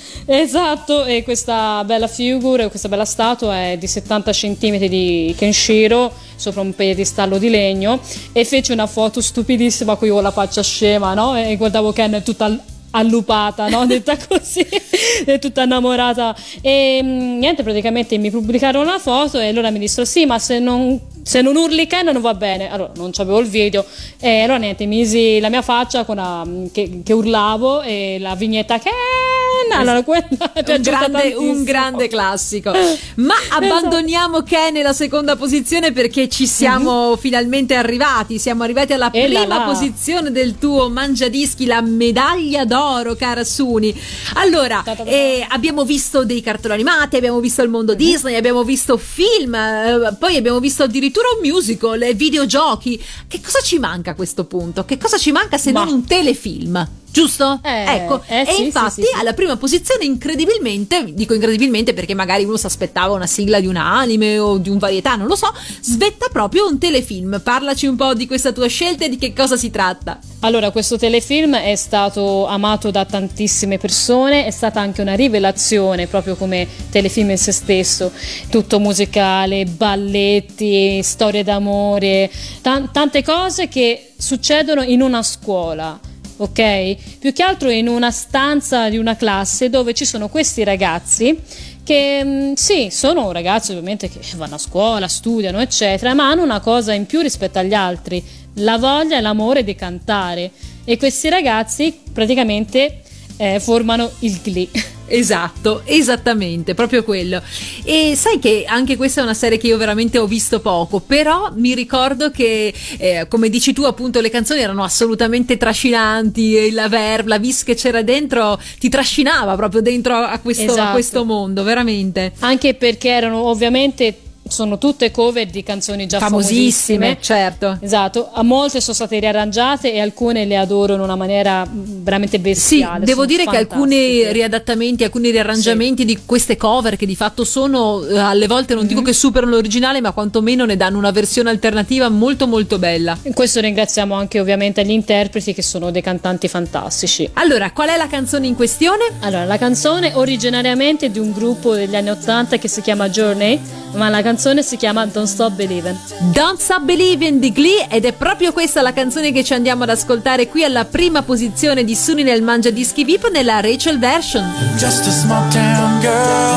Esatto, e questa bella figura, questa bella statua è di settanta centimetri di Kenshiro sopra un piedistallo di legno, e fece una foto stupidissima qui con la faccia scema, no? E guardavo Ken tutta allupata, no? Detta così, è tutta innamorata, e niente, praticamente mi pubblicarono la foto e allora mi dissero sì, ma se non, se non urli Ken non va bene. Allora non c'avevo il video e allora niente, misi la mia faccia con la, che, che urlavo e la vignetta Ken. Allora, quella è un, grande, un grande classico. Ma abbandoniamo Ken nella seconda posizione, perché ci siamo mm-hmm. finalmente arrivati. Siamo arrivati alla e prima là là. posizione del tuo mangiadischi, la medaglia d'oro, cara Suni. Allora, eh, abbiamo visto dei cartoni animati, abbiamo visto il mondo mm-hmm. Disney, abbiamo visto film, eh, poi abbiamo visto addirittura un musical, eh, videogiochi. Che cosa ci manca a questo punto? Che cosa ci manca se Ma. non un telefilm? Giusto? Eh, ecco, eh, e sì, infatti sì, sì, alla prima posizione, incredibilmente, dico incredibilmente perché magari uno si aspettava una sigla di un anime o di un varietà, non lo so, svetta proprio un telefilm. Parlaci un po' di questa tua scelta e di che cosa si tratta. Allora, questo telefilm è stato amato da tantissime persone, è stata anche una rivelazione proprio come telefilm in se stesso, tutto musicale, balletti, storie d'amore, t- tante cose che succedono in una scuola. Ok? Più che altro in una stanza di una classe dove ci sono questi ragazzi che mh, sì, sono ragazzi ovviamente che vanno a scuola, studiano eccetera, ma hanno una cosa in più rispetto agli altri: la voglia e l'amore di cantare, e questi ragazzi praticamente eh, formano il Glee. Esatto, esattamente, proprio quello. E sai che anche questa è una serie che io veramente ho visto poco, però mi ricordo che eh, come dici tu, appunto, le canzoni erano assolutamente trascinanti, e la verve, la vis che c'era dentro ti trascinava proprio dentro a questo, esatto. a questo mondo, veramente. Anche perché erano ovviamente sono tutte cover di canzoni già famosissime, famosissime, certo. Esatto, a molte sono state riarrangiate e alcune le adoro in una maniera veramente bestiale. Sì, devo sono dire fantastiche. che alcuni riadattamenti, alcuni riarrangiamenti sì. di queste cover, che di fatto sono eh, alle volte non mm-hmm. dico che superano l'originale, ma quantomeno ne danno una versione alternativa molto molto bella. In questo ringraziamo anche ovviamente gli interpreti, che sono dei cantanti fantastici. Allora, qual è la canzone in questione? Allora, la canzone originariamente di un gruppo degli anni ottanta che si chiama Journey, ma la canzone si chiama Don't Stop Believin'. Don't Stop Believin' di Glee, ed è proprio questa la canzone che ci andiamo ad ascoltare qui alla prima posizione di Suni nel Mangia Dischi V I P nella Rachel version. Just a small town girl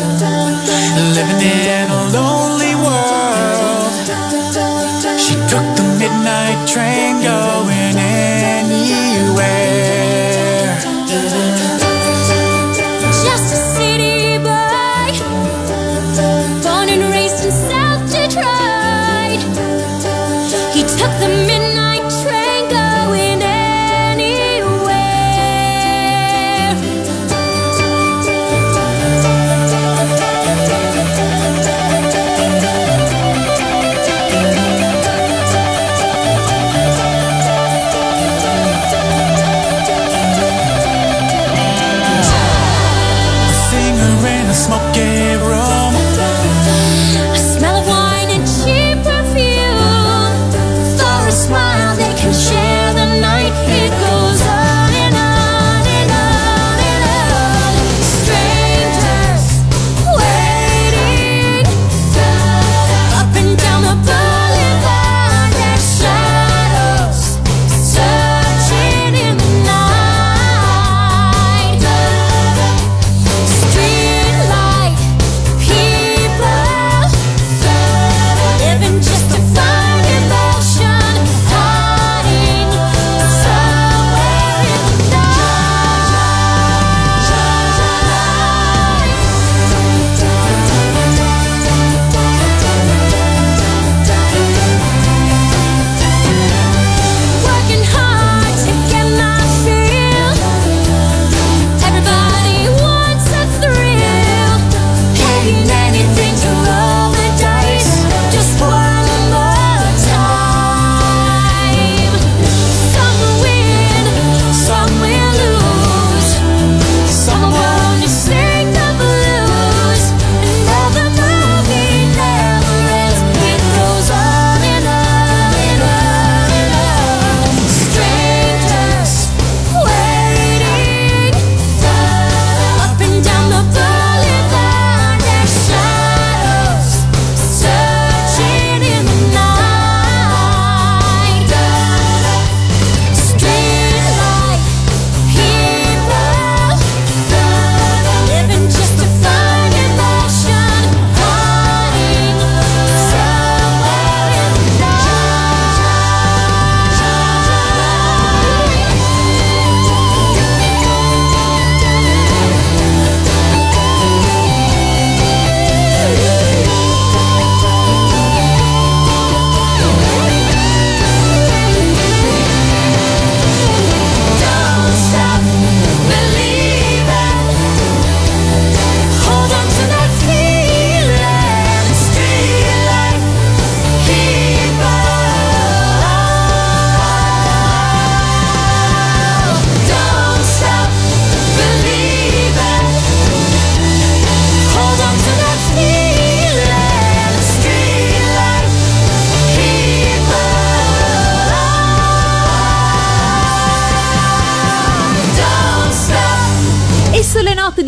living in a lonely world. She took the midnight train going anywhere. Just a city boy, born and raised in South Detroit. He took the midnight train going anywhere.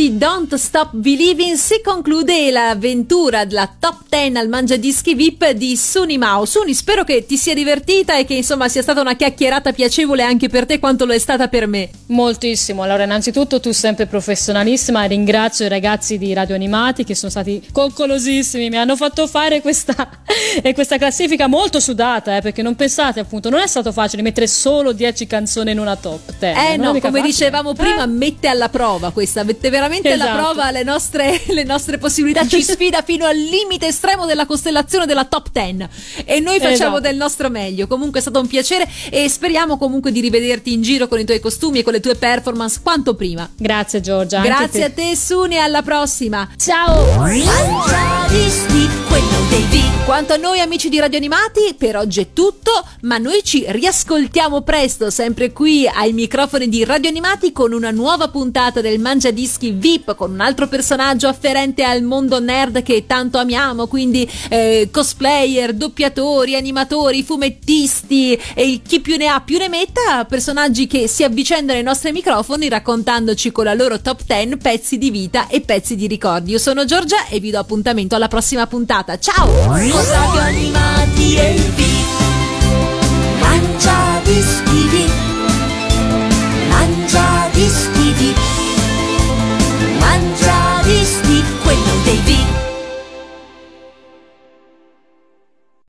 di Don't Stop Believing si conclude l'avventura della top dieci al Mangiadischi V I P di Suni Mao. Suni, spero che ti sia divertita e che insomma sia stata una chiacchierata piacevole anche per te quanto lo è stata per me. Moltissimo. Allora, innanzitutto tu sempre professionalissima, e ringrazio i ragazzi di Radio Animati che sono stati coccolosissimi, mi hanno fatto fare questa, e questa classifica molto sudata, eh, perché non pensate, appunto, non è stato facile mettere solo dieci canzoni in una top dieci. Eh no, come facile. dicevamo prima, eh? mette alla prova questa, mette veramente Esatto. alla prova le nostre, le nostre possibilità, ci sfida fino al limite estremo della costellazione della top dieci e noi facciamo Esatto. del nostro meglio. Comunque è stato un piacere e speriamo comunque di rivederti in giro con i tuoi costumi e con le tue performance quanto prima. Grazie Giorgia. Grazie a te Suni, alla prossima. Ciao. Mangiadischi, quello dei V I P. Quanto a noi amici di Radio Animati, per oggi è tutto, ma noi ci riascoltiamo presto, sempre qui ai microfoni di Radio Animati con una nuova puntata del Mangiadischi V I P, con un altro personaggio afferente al mondo nerd che tanto amiamo, quindi eh, cosplayer, doppiatori, animatori, fumettisti e chi più ne ha più ne metta, personaggi che si avvicendano ai nostri microfoni raccontandoci con la loro top dieci pezzi di vita e pezzi di ricordi. Io sono Giorgia e vi do appuntamento alla prossima puntata. Ciao! Con Radio Animati e il V I P. Mangia